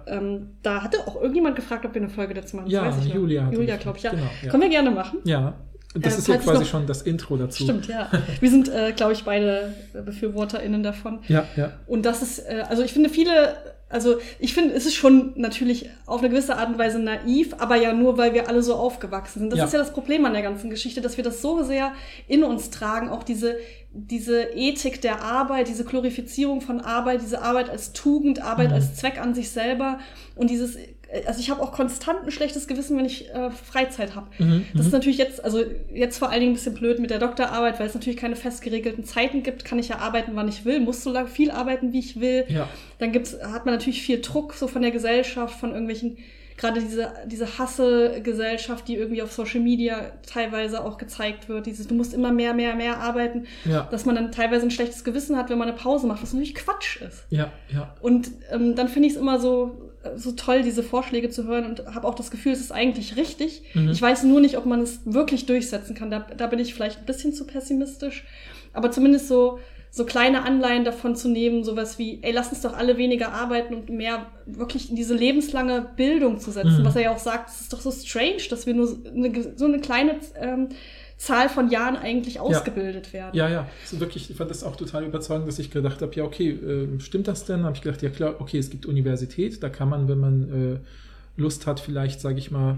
Speaker 2: Da hatte auch irgendjemand gefragt, ob wir eine Folge dazu machen.
Speaker 3: Das weiß ich
Speaker 2: Julia, glaube ich.
Speaker 3: Genau,
Speaker 2: Können wir gerne machen.
Speaker 3: Ja, das ist ja quasi schon das Intro dazu.
Speaker 2: Stimmt, ja. Wir sind, glaube ich, beide BefürworterInnen davon.
Speaker 3: Ja.
Speaker 2: Und das ist, ich finde, es ist schon natürlich auf eine gewisse Art und Weise naiv, aber ja nur, weil wir alle so aufgewachsen sind. Das ist ja das Problem an der ganzen Geschichte, dass wir das so sehr in uns tragen, auch diese Ethik der Arbeit, diese Glorifizierung von Arbeit, diese Arbeit als Tugend, Arbeit als Zweck an sich selber und also ich habe auch konstant ein schlechtes Gewissen, wenn ich Freizeit habe. Das ist natürlich jetzt vor allen Dingen ein bisschen blöd mit der Doktorarbeit, weil es natürlich keine fest geregelten Zeiten gibt, kann ich ja arbeiten, wann ich will, muss so lange viel arbeiten, wie ich will. Ja. Dann hat man natürlich viel Druck so von der Gesellschaft, von irgendwelchen, gerade diese Hasse-Gesellschaft, die irgendwie auf Social Media teilweise auch gezeigt wird, du musst immer mehr arbeiten, dass man dann teilweise ein schlechtes Gewissen hat, wenn man eine Pause macht, was natürlich Quatsch ist.
Speaker 3: Ja.
Speaker 2: Und dann finde ich es immer so toll, diese Vorschläge zu hören und habe auch das Gefühl, es ist eigentlich richtig. Ich weiß nur nicht, ob man es wirklich durchsetzen kann. Da bin ich vielleicht ein bisschen zu pessimistisch. Aber zumindest so kleine Anleihen davon zu nehmen, sowas wie, lass uns doch alle weniger arbeiten und mehr wirklich in diese lebenslange Bildung zu setzen. Was er ja auch sagt, es ist doch so strange, dass wir nur so eine kleine Zahl von Jahren eigentlich ausgebildet werden.
Speaker 3: Ja. Also wirklich, ich fand das auch total überzeugend, dass ich gedacht habe, ja, okay, stimmt das denn? Habe ich gedacht, ja klar, okay, es gibt Universität, da kann man, wenn man Lust hat, vielleicht, sage ich mal,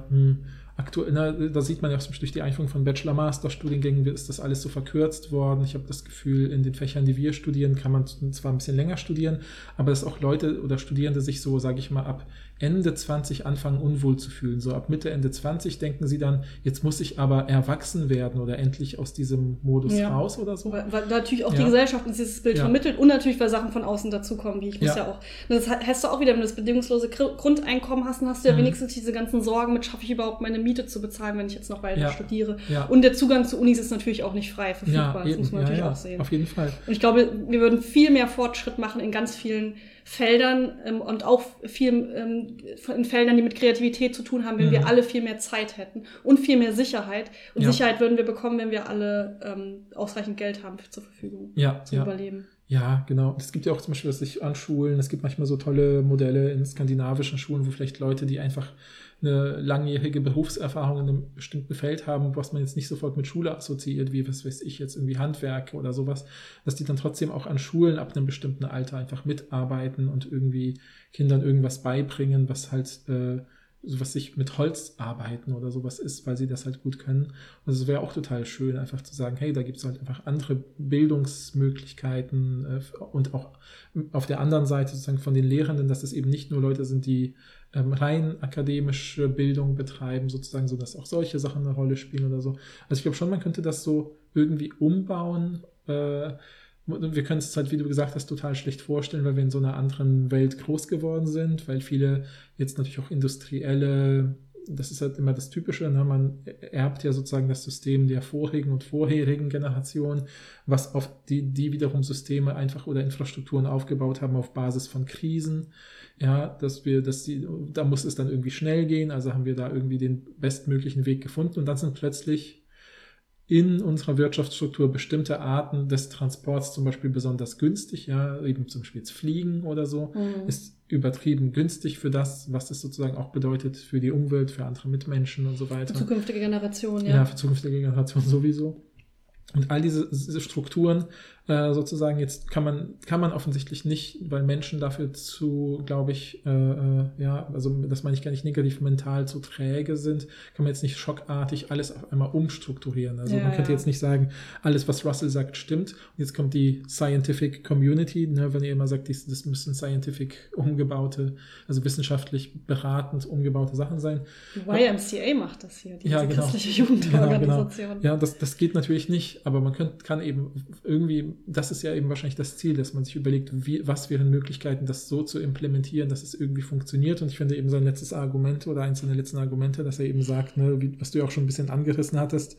Speaker 3: aktuell, da sieht man ja auch zum Beispiel durch die Einführung von Bachelor-Master-Studiengängen ist das alles so verkürzt worden. Ich habe das Gefühl, in den Fächern, die wir studieren, kann man zwar ein bisschen länger studieren, aber dass auch Leute oder Studierende sich so, sage ich mal, ab Ende 20 anfangen unwohl zu fühlen. So ab Mitte, Ende 20 denken sie dann, jetzt muss ich aber erwachsen werden oder endlich aus diesem Modus raus oder so.
Speaker 2: Weil natürlich auch die Gesellschaft uns dieses Bild vermittelt und natürlich, weil Sachen von außen dazukommen, wie ich muss ja auch. Das hast du auch wieder, wenn du das bedingungslose Grundeinkommen hast, dann hast du ja wenigstens diese ganzen Sorgen mit, schaffe ich überhaupt meine Miete zu bezahlen, wenn ich jetzt noch weiter studiere. Ja. Und der Zugang zu Unis ist natürlich auch nicht frei verfügbar. Das muss man natürlich auch sehen.
Speaker 3: Auf jeden Fall.
Speaker 2: Und ich glaube, wir würden viel mehr Fortschritt machen in ganz vielen Feldern und auch viel in Feldern, die mit Kreativität zu tun haben, wenn wir alle viel mehr Zeit hätten und viel mehr Sicherheit. Und Sicherheit würden wir bekommen, wenn wir alle ausreichend Geld haben zur Verfügung zum Überleben.
Speaker 3: Ja, genau. Es gibt ja auch zum Beispiel, an Schulen, es gibt manchmal so tolle Modelle in skandinavischen Schulen, wo vielleicht Leute, die einfach eine langjährige Berufserfahrung in einem bestimmten Feld haben, was man jetzt nicht sofort mit Schule assoziiert, wie, was weiß ich, jetzt irgendwie Handwerk oder sowas, dass die dann trotzdem auch an Schulen ab einem bestimmten Alter einfach mitarbeiten und irgendwie Kindern irgendwas beibringen, was halt so was sich mit Holz arbeiten oder sowas ist, weil sie das halt gut können. Und es wäre auch total schön, einfach zu sagen, hey, da gibt es halt einfach andere Bildungsmöglichkeiten und auch auf der anderen Seite sozusagen von den Lehrenden, dass es eben nicht nur Leute sind, die rein akademische Bildung betreiben, sozusagen, so dass auch solche Sachen eine Rolle spielen oder so. Also ich glaube schon, man könnte das so irgendwie umbauen. Wir können es halt, wie du gesagt hast, total schlecht vorstellen, weil wir in so einer anderen Welt groß geworden sind, weil viele jetzt natürlich auch industrielle, das ist halt immer das Typische, ne? Man erbt ja sozusagen das System der vorigen und vorherigen Generation, was auf die wiederum Systeme einfach oder Infrastrukturen aufgebaut haben auf Basis von Krisen. Ja, da muss es dann irgendwie schnell gehen, also haben wir da irgendwie den bestmöglichen Weg gefunden und dann sind plötzlich in unserer Wirtschaftsstruktur bestimmte Arten des Transports zum Beispiel besonders günstig, ja, eben zum Beispiel jetzt Fliegen oder so, ist übertrieben günstig für das, was es sozusagen auch bedeutet für die Umwelt, für andere Mitmenschen und so weiter.
Speaker 2: Für zukünftige Generationen, ja.
Speaker 3: Ja, für zukünftige Generationen sowieso. Und all diese Strukturen sozusagen jetzt kann man offensichtlich nicht, weil Menschen dafür zu, glaube ich, also das meine ich gar nicht negativ, mental zu träge sind, kann man jetzt nicht schockartig alles auf einmal umstrukturieren. Also man könnte jetzt nicht sagen, alles, was Russell sagt, stimmt. Und jetzt kommt die Scientific Community, ne, wenn ihr immer sagt, das müssen scientific umgebaute, also wissenschaftlich beratend umgebaute Sachen sein.
Speaker 2: Die YMCA macht das hier, diese christliche Jugendorganisation.
Speaker 3: Genau. Ja, das geht natürlich nicht, aber man kann eben irgendwie, das ist ja eben wahrscheinlich das Ziel, dass man sich überlegt, was wären Möglichkeiten, das so zu implementieren, dass es irgendwie funktioniert. Und ich finde eben sein letztes Argument oder eins seiner letzten Argumente, dass er eben sagt, ne, was du ja auch schon ein bisschen angerissen hattest,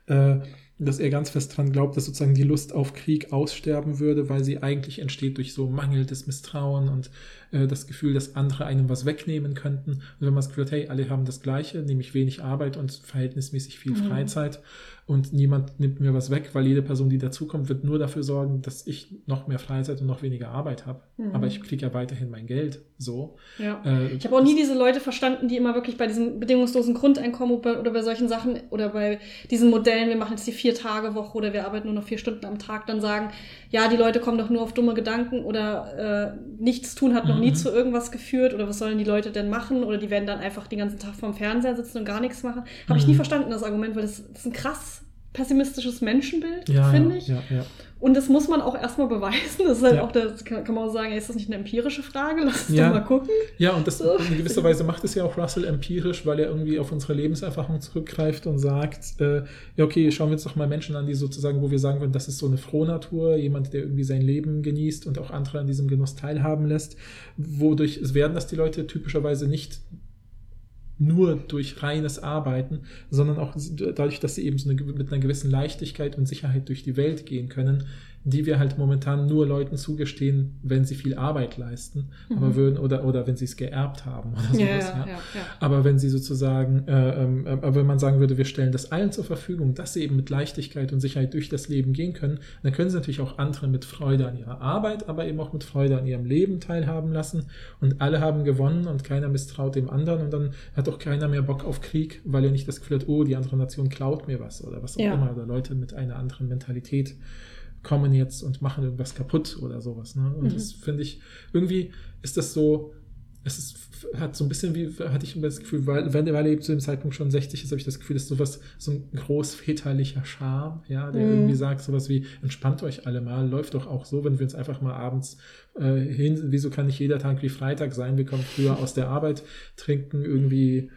Speaker 3: dass er ganz fest dran glaubt, dass sozusagen die Lust auf Krieg aussterben würde, weil sie eigentlich entsteht durch so mangelndes Misstrauen und das Gefühl, dass andere einem was wegnehmen könnten. Und wenn man das Gefühl hat, hey, alle haben das Gleiche, nämlich wenig Arbeit und verhältnismäßig viel Freizeit und niemand nimmt mir was weg, weil jede Person, die dazukommt, wird nur dafür sorgen, dass ich noch mehr Freizeit und noch weniger Arbeit habe. Aber ich kriege ja weiterhin mein Geld. So.
Speaker 2: Ja. Ich habe auch nie diese Leute verstanden, die immer wirklich bei diesem bedingungslosen Grundeinkommen oder bei solchen Sachen oder bei diesen Modellen, wir machen jetzt die 4-Tage-Woche oder wir arbeiten nur noch 4 Stunden am Tag, dann sagen, ja, die Leute kommen doch nur auf dumme Gedanken oder nichts tun hat noch nie zu irgendwas geführt oder was sollen die Leute denn machen oder die werden dann einfach den ganzen Tag vorm Fernseher sitzen und gar nichts machen. Habe ich nie verstanden, das Argument, weil das ist ein krass pessimistisches Menschenbild, finde ich. Ja. Und das muss man auch erstmal beweisen. Das ist halt auch, das kann man auch sagen, ist das nicht eine empirische Frage? Lass uns doch mal gucken.
Speaker 3: Ja, und das in gewisser Weise macht es ja auch Russell empirisch, weil er irgendwie auf unsere Lebenserfahrung zurückgreift und sagt, ja okay, schauen wir uns doch mal Menschen an, die sozusagen, wo wir sagen würden, das ist so eine Frohnatur, jemand, der irgendwie sein Leben genießt und auch andere an diesem Genuss teilhaben lässt. Wodurch werden das die Leute typischerweise nicht nur durch reines Arbeiten, sondern auch dadurch, dass sie eben so mit einer gewissen Leichtigkeit und Sicherheit durch die Welt gehen können, die wir halt momentan nur Leuten zugestehen, wenn sie viel Arbeit leisten, aber oder wenn sie es geerbt haben oder sowas. Ja. Aber wenn sie sozusagen, aber wenn man sagen würde, wir stellen das allen zur Verfügung, dass sie eben mit Leichtigkeit und Sicherheit durch das Leben gehen können, dann können sie natürlich auch andere mit Freude an ihrer Arbeit, aber eben auch mit Freude an ihrem Leben teilhaben lassen und alle haben gewonnen und keiner misstraut dem anderen und dann hat auch keiner mehr Bock auf Krieg, weil er nicht das Gefühl hat, oh, die andere Nation klaut mir was oder was auch immer, oder Leute mit einer anderen Mentalität kommen jetzt und machen irgendwas kaputt oder sowas. Ne? Und das finde ich, irgendwie ist das so, hat so ein bisschen hatte ich das Gefühl, weil er eben zu dem Zeitpunkt schon 60 ist, habe ich das Gefühl, dass so ein großväterlicher Charme, ja, der irgendwie sagt sowas wie, entspannt euch alle mal, läuft doch auch so, wenn wir uns einfach mal abends wieso kann nicht jeder Tag wie Freitag sein, wir kommen früher aus der Arbeit, trinken irgendwie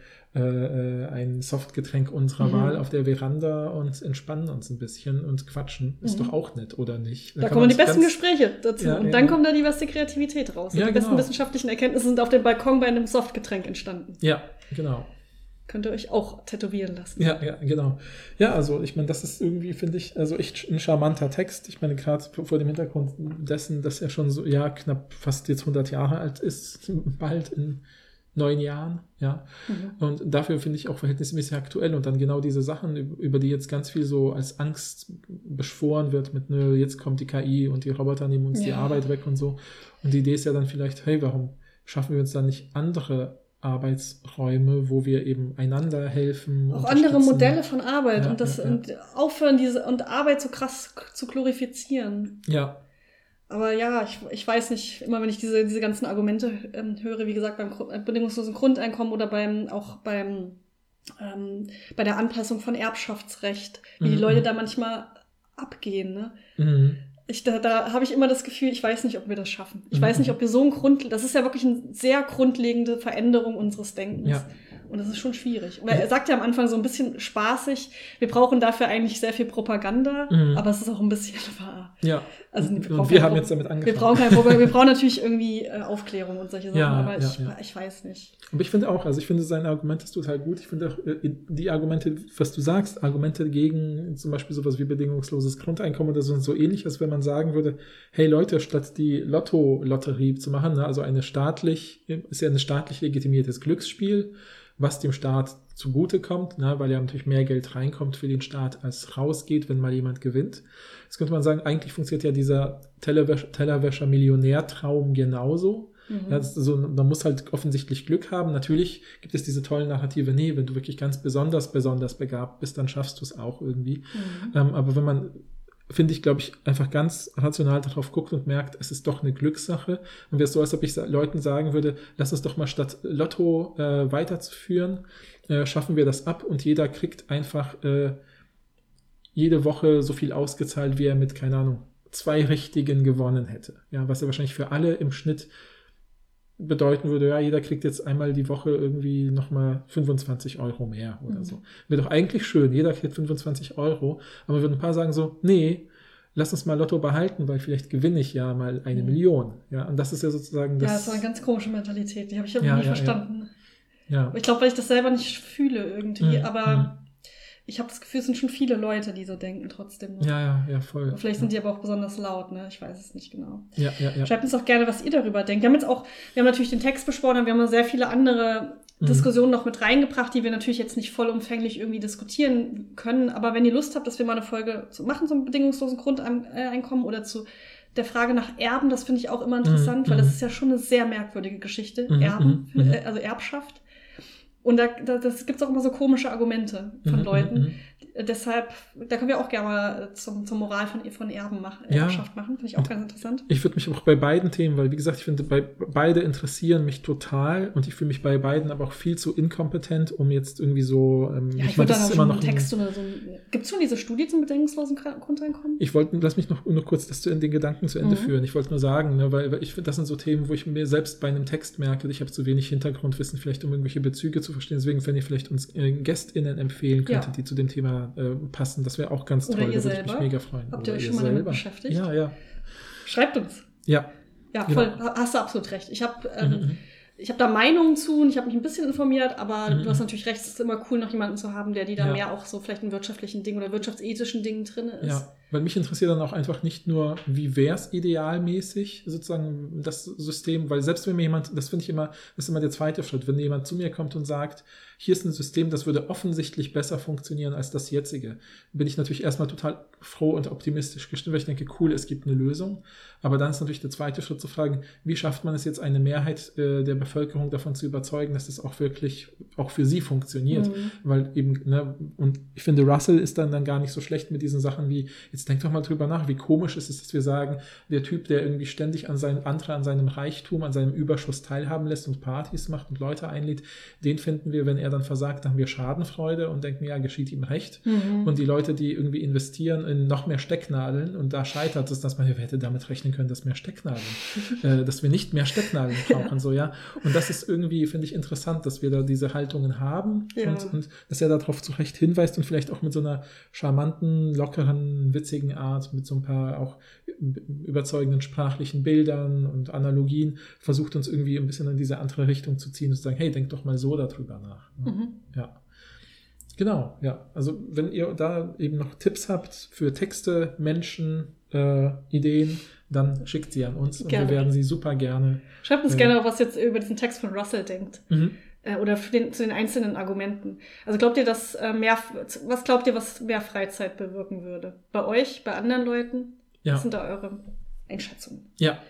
Speaker 3: ein Softgetränk unserer Wahl auf der Veranda und entspannen uns ein bisschen und quatschen. Ist doch auch nett, oder nicht?
Speaker 2: Da kommen die besten Gespräche dazu. Und dann kommt da die beste Kreativität raus. Ja, die besten wissenschaftlichen Erkenntnisse sind auf dem Balkon bei einem Softgetränk entstanden.
Speaker 3: Ja, genau.
Speaker 2: Könnt ihr euch auch tätowieren lassen.
Speaker 3: Ja, genau. Ja, also ich meine, das ist irgendwie, finde ich, also echt ein charmanter Text. Ich meine, gerade vor dem Hintergrund dessen, dass er schon so, knapp fast jetzt 100 Jahre alt ist, bald in 9 Jahren, ja. Und dafür finde ich auch verhältnismäßig aktuell und dann genau diese Sachen, über die jetzt ganz viel so als Angst beschworen wird mit, jetzt kommt die KI und die Roboter nehmen uns die Arbeit weg und so. Und die Idee ist ja dann vielleicht, hey, warum schaffen wir uns dann nicht andere Arbeitsräume, wo wir eben einander helfen.
Speaker 2: Auch andere Modelle von Arbeit und aufhören, und Arbeit so krass zu glorifizieren.
Speaker 3: Ja.
Speaker 2: Aber ja, ich weiß nicht, immer wenn ich diese ganzen Argumente höre, wie gesagt, beim bedingungslosen Grundeinkommen oder bei der Anpassung von Erbschaftsrecht, wie die Leute da manchmal abgehen, ne?
Speaker 3: Mhm.
Speaker 2: Da habe ich immer das Gefühl, ich weiß nicht, ob wir das schaffen. Ich weiß nicht, ob wir das ist ja wirklich eine sehr grundlegende Veränderung unseres Denkens.
Speaker 3: Ja.
Speaker 2: Und das ist schon schwierig. Weil er sagt ja am Anfang so ein bisschen spaßig, wir brauchen dafür eigentlich sehr viel Propaganda, aber es ist auch ein bisschen wahr.
Speaker 3: Ja,
Speaker 2: also,
Speaker 3: wir haben jetzt damit angefangen.
Speaker 2: Wir brauchen keine Propaganda, wir brauchen natürlich irgendwie Aufklärung und solche Sachen, aber ich weiß nicht.
Speaker 3: Aber ich finde sein Argument ist total gut. Ich finde auch die Argumente, was du sagst, Argumente gegen zum Beispiel sowas wie bedingungsloses Grundeinkommen oder so, sind so ähnlich, als wenn man sagen würde, hey Leute, statt die Lotterie zu machen, ne, also ist ja ein staatlich legitimiertes Glücksspiel, was dem Staat zugutekommt, ne, weil ja natürlich mehr Geld reinkommt für den Staat, als rausgeht, wenn mal jemand gewinnt. Jetzt könnte man sagen, eigentlich funktioniert ja dieser Tellerwäscher-Millionärtraum genauso. Ja, man muss halt offensichtlich Glück haben. Natürlich gibt es diese tollen Narrative, nee, wenn du wirklich ganz besonders begabt bist, dann schaffst du es auch irgendwie. Aber wenn man, finde ich, glaube ich, einfach ganz rational darauf guckt und merkt, es ist doch eine Glückssache, dann wäre es so, als ob ich Leuten sagen würde, lass uns doch mal statt Lotto weiterzuführen, schaffen wir das ab und jeder kriegt einfach jede Woche so viel ausgezahlt, wie er mit, keine Ahnung, 2 Richtigen gewonnen hätte. Ja, was ja wahrscheinlich für alle im Schnitt bedeuten würde, ja, jeder kriegt jetzt einmal die Woche irgendwie nochmal 25 € mehr oder so. Wäre doch eigentlich schön, jeder kriegt 25 €, aber würden ein paar sagen so, nee, lass uns mal Lotto behalten, weil vielleicht gewinne ich ja mal 1 Million. Ja, und das ist ja sozusagen das.
Speaker 2: Ja, das ist eine ganz komische Mentalität, die habe ich nie verstanden.
Speaker 3: Ja.
Speaker 2: Ich glaube, weil ich das selber nicht fühle irgendwie, aber ich habe das Gefühl, es sind schon viele Leute, die so denken trotzdem. Ne?
Speaker 3: Ja, voll.
Speaker 2: Und vielleicht sind die aber auch besonders laut, ne? Ich weiß es nicht genau.
Speaker 3: Ja.
Speaker 2: Schreibt uns doch gerne, was ihr darüber denkt. Wir haben natürlich den Text besprochen, wir haben noch sehr viele andere Diskussionen noch mit reingebracht, die wir natürlich jetzt nicht vollumfänglich irgendwie diskutieren können. Aber wenn ihr Lust habt, dass wir mal eine Folge machen zum bedingungslosen Grundeinkommen oder zu der Frage nach Erben, das finde ich auch immer interessant, weil das ist ja schon eine sehr merkwürdige Geschichte. Also Erbschaft. Und da gibt es auch immer so komische Argumente von Leuten. Deshalb, da können wir auch gerne mal zur Moral von Erbschaft machen. Finde ich auch ganz interessant. Ich würde
Speaker 3: mich auch bei beiden Themen, weil wie gesagt, ich finde, beide interessieren mich total und ich fühle mich bei beiden aber auch viel zu inkompetent, um jetzt irgendwie so...
Speaker 2: ich würde dann auch schon einen Text oder so... Gibt es schon diese Studie zum bedingungslosen Grundeinkommen?
Speaker 3: Lass mich noch kurz den Gedanken zu Ende führen. Ich wollte nur sagen, ne, weil ich finde, das sind so Themen, wo ich mir selbst bei einem Text merke, ich habe zu wenig Hintergrundwissen, vielleicht um irgendwelche Bezüge zu verstehen. Deswegen, wenn ihr vielleicht uns GästInnen empfehlen könntet, die zu dem Thema passen, das wäre auch ganz toll. Da würde ich mich mega freuen.
Speaker 2: Habt ihr euch schon mal damit beschäftigt?
Speaker 3: Ja.
Speaker 2: Schreibt uns.
Speaker 3: Ja.
Speaker 2: Ja, voll. Genau. Hast du absolut recht. Ich habe da Meinungen zu und ich habe mich ein bisschen informiert, aber du hast natürlich recht, es ist immer cool, noch jemanden zu haben, der da mehr auch so vielleicht in wirtschaftlichen Dingen oder wirtschaftsethischen Dingen drin ist.
Speaker 3: Ja, weil mich interessiert dann auch einfach nicht nur, wie wäre es idealmäßig, sozusagen das System, weil selbst wenn mir jemand, das finde ich immer, das ist immer der zweite Schritt, wenn jemand zu mir kommt und sagt, hier ist ein System, das würde offensichtlich besser funktionieren als das jetzige, bin ich natürlich erstmal total froh und optimistisch gestimmt, weil ich denke, cool, es gibt eine Lösung, aber dann ist natürlich der zweite Schritt zu fragen, wie schafft man es jetzt, eine Mehrheit der Bevölkerung davon zu überzeugen, dass das auch wirklich auch für sie funktioniert, weil eben, ne, und ich finde, Russell ist dann gar nicht so schlecht mit diesen Sachen wie, jetzt denk doch mal drüber nach, wie komisch ist es, dass wir sagen, der Typ, der irgendwie ständig andere an seinem Reichtum, an seinem Überschuss teilhaben lässt und Partys macht und Leute einlädt, den finden wir, wenn er dann versagt, dann haben wir Schadenfreude und denken, ja, geschieht ihm recht. Und die Leute, die irgendwie investieren in noch mehr Stecknadeln und da scheitert es, dass man, wer hätte damit rechnen können, dass mehr Stecknadeln, dass wir nicht mehr Stecknadeln brauchen, so, ja. Und das ist irgendwie, finde ich, interessant, dass wir da diese Haltungen haben und dass er darauf zu Recht hinweist und vielleicht auch mit so einer charmanten, lockeren, witzigen Art, mit so ein paar auch überzeugenden sprachlichen Bildern und Analogien versucht uns irgendwie ein bisschen in diese andere Richtung zu ziehen und zu sagen, hey, denk doch mal so darüber nach. Ja. Genau, ja. Also wenn ihr da eben noch Tipps habt für Texte, Menschen, Ideen, dann schickt sie an uns und wir werden sie super gerne.
Speaker 2: Schreibt uns gerne, was jetzt über diesen Text von Russell denkt. Oder zu den einzelnen Argumenten. Also glaubt ihr, dass was glaubt ihr, was mehr Freizeit bewirken würde? Bei euch, bei anderen Leuten?
Speaker 3: Ja.
Speaker 2: Was sind da eure Einschätzungen?
Speaker 3: Ja.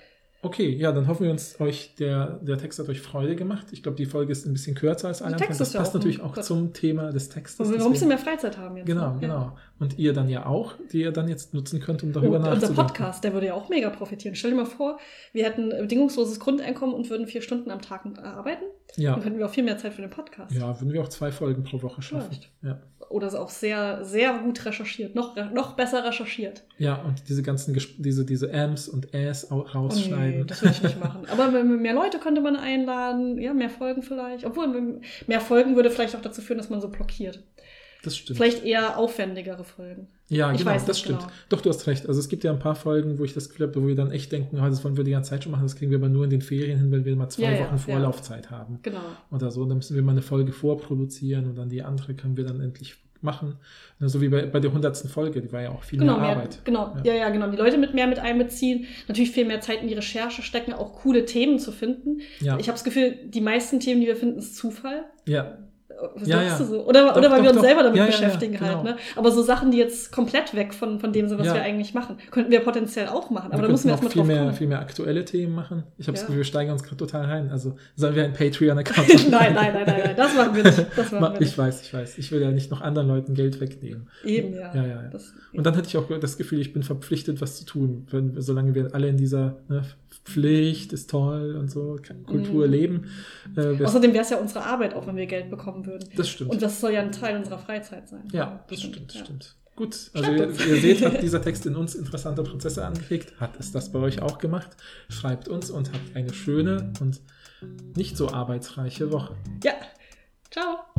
Speaker 3: Okay, ja, dann hoffen wir der Text hat euch Freude gemacht. Ich glaube, die Folge ist ein bisschen kürzer als alle anderen. Das passt natürlich auch zum Thema des Textes.
Speaker 2: Und wir ein bisschen mehr Freizeit haben jetzt.
Speaker 3: Genau, genau. Und ihr dann ja auch, die ihr dann jetzt nutzen könnt, um darüber nachzudenken.
Speaker 2: Unser Podcast, der würde ja auch mega profitieren. Stell dir mal vor, wir hätten bedingungsloses Grundeinkommen und würden 4 Stunden am Tag arbeiten.
Speaker 3: Ja.
Speaker 2: Dann könnten wir auch viel mehr Zeit für den Podcast.
Speaker 3: Ja, würden wir auch 2 Folgen pro Woche schaffen. Ja.
Speaker 2: Oder ist auch sehr, sehr gut recherchiert. Noch besser recherchiert.
Speaker 3: Ja, und diese ganzen diese Ms und Äs rausschneiden.
Speaker 2: Nee, das will ich nicht machen. Aber mehr Leute könnte man einladen, ja, mehr Folgen vielleicht. Obwohl, mehr Folgen würde vielleicht auch dazu führen, dass man so blockiert.
Speaker 3: Das stimmt.
Speaker 2: Vielleicht eher aufwendigere Folgen.
Speaker 3: Ja, genau, das stimmt. Genau. Doch, du hast recht. Also es gibt ja ein paar Folgen, wo ich das Gefühl habe, wo wir dann echt denken, das wollen wir die ganze Zeit schon machen, das kriegen wir aber nur in den Ferien hin, weil wir mal 2 Wochen Vorlaufzeit haben.
Speaker 2: Genau.
Speaker 3: Oder so. Dann müssen wir mal eine Folge vorproduzieren und dann die andere können wir dann endlich machen. So wie bei der 100. Folge, die war ja auch viel mehr Arbeit.
Speaker 2: Genau, ja, genau. Die Leute mehr mit einbeziehen, natürlich viel mehr Zeit in die Recherche stecken, auch coole Themen zu finden. Ja. Ich habe das Gefühl, die meisten Themen, die wir finden, ist Zufall.
Speaker 3: Ja.
Speaker 2: Was sagst du so? Oder weil wir uns selber damit beschäftigen halt. Genau. Ne? Aber so Sachen, die jetzt komplett weg von dem sind, was wir eigentlich machen, könnten wir potenziell auch machen. Aber da müssen wir erstmal drauf kommen.
Speaker 3: Viel mehr aktuelle Themen machen. Ich habe das Gefühl, wir steigern uns gerade total rein. Also sollen wir einen Patreon-Account machen? Nein. Das machen wir nicht. Ich weiß. Ich will ja nicht noch anderen Leuten Geld wegnehmen.
Speaker 2: Eben, ja.
Speaker 3: Und dann hätte ich auch das Gefühl, ich bin verpflichtet, was zu tun. Solange wir alle in dieser Pflicht ist toll und so, Kultur leben.
Speaker 2: Außerdem wäre es ja unsere Arbeit, auch wenn wir Geld bekommen würden.
Speaker 3: Das stimmt.
Speaker 2: Und das soll ja ein Teil unserer Freizeit sein.
Speaker 3: Ja, das stimmt. Gut, also ihr seht, hat dieser Text in uns interessante Prozesse angeregt. Hat es das bei euch auch gemacht? Schreibt uns und habt eine schöne und nicht so arbeitsreiche Woche.
Speaker 2: Ja, ciao.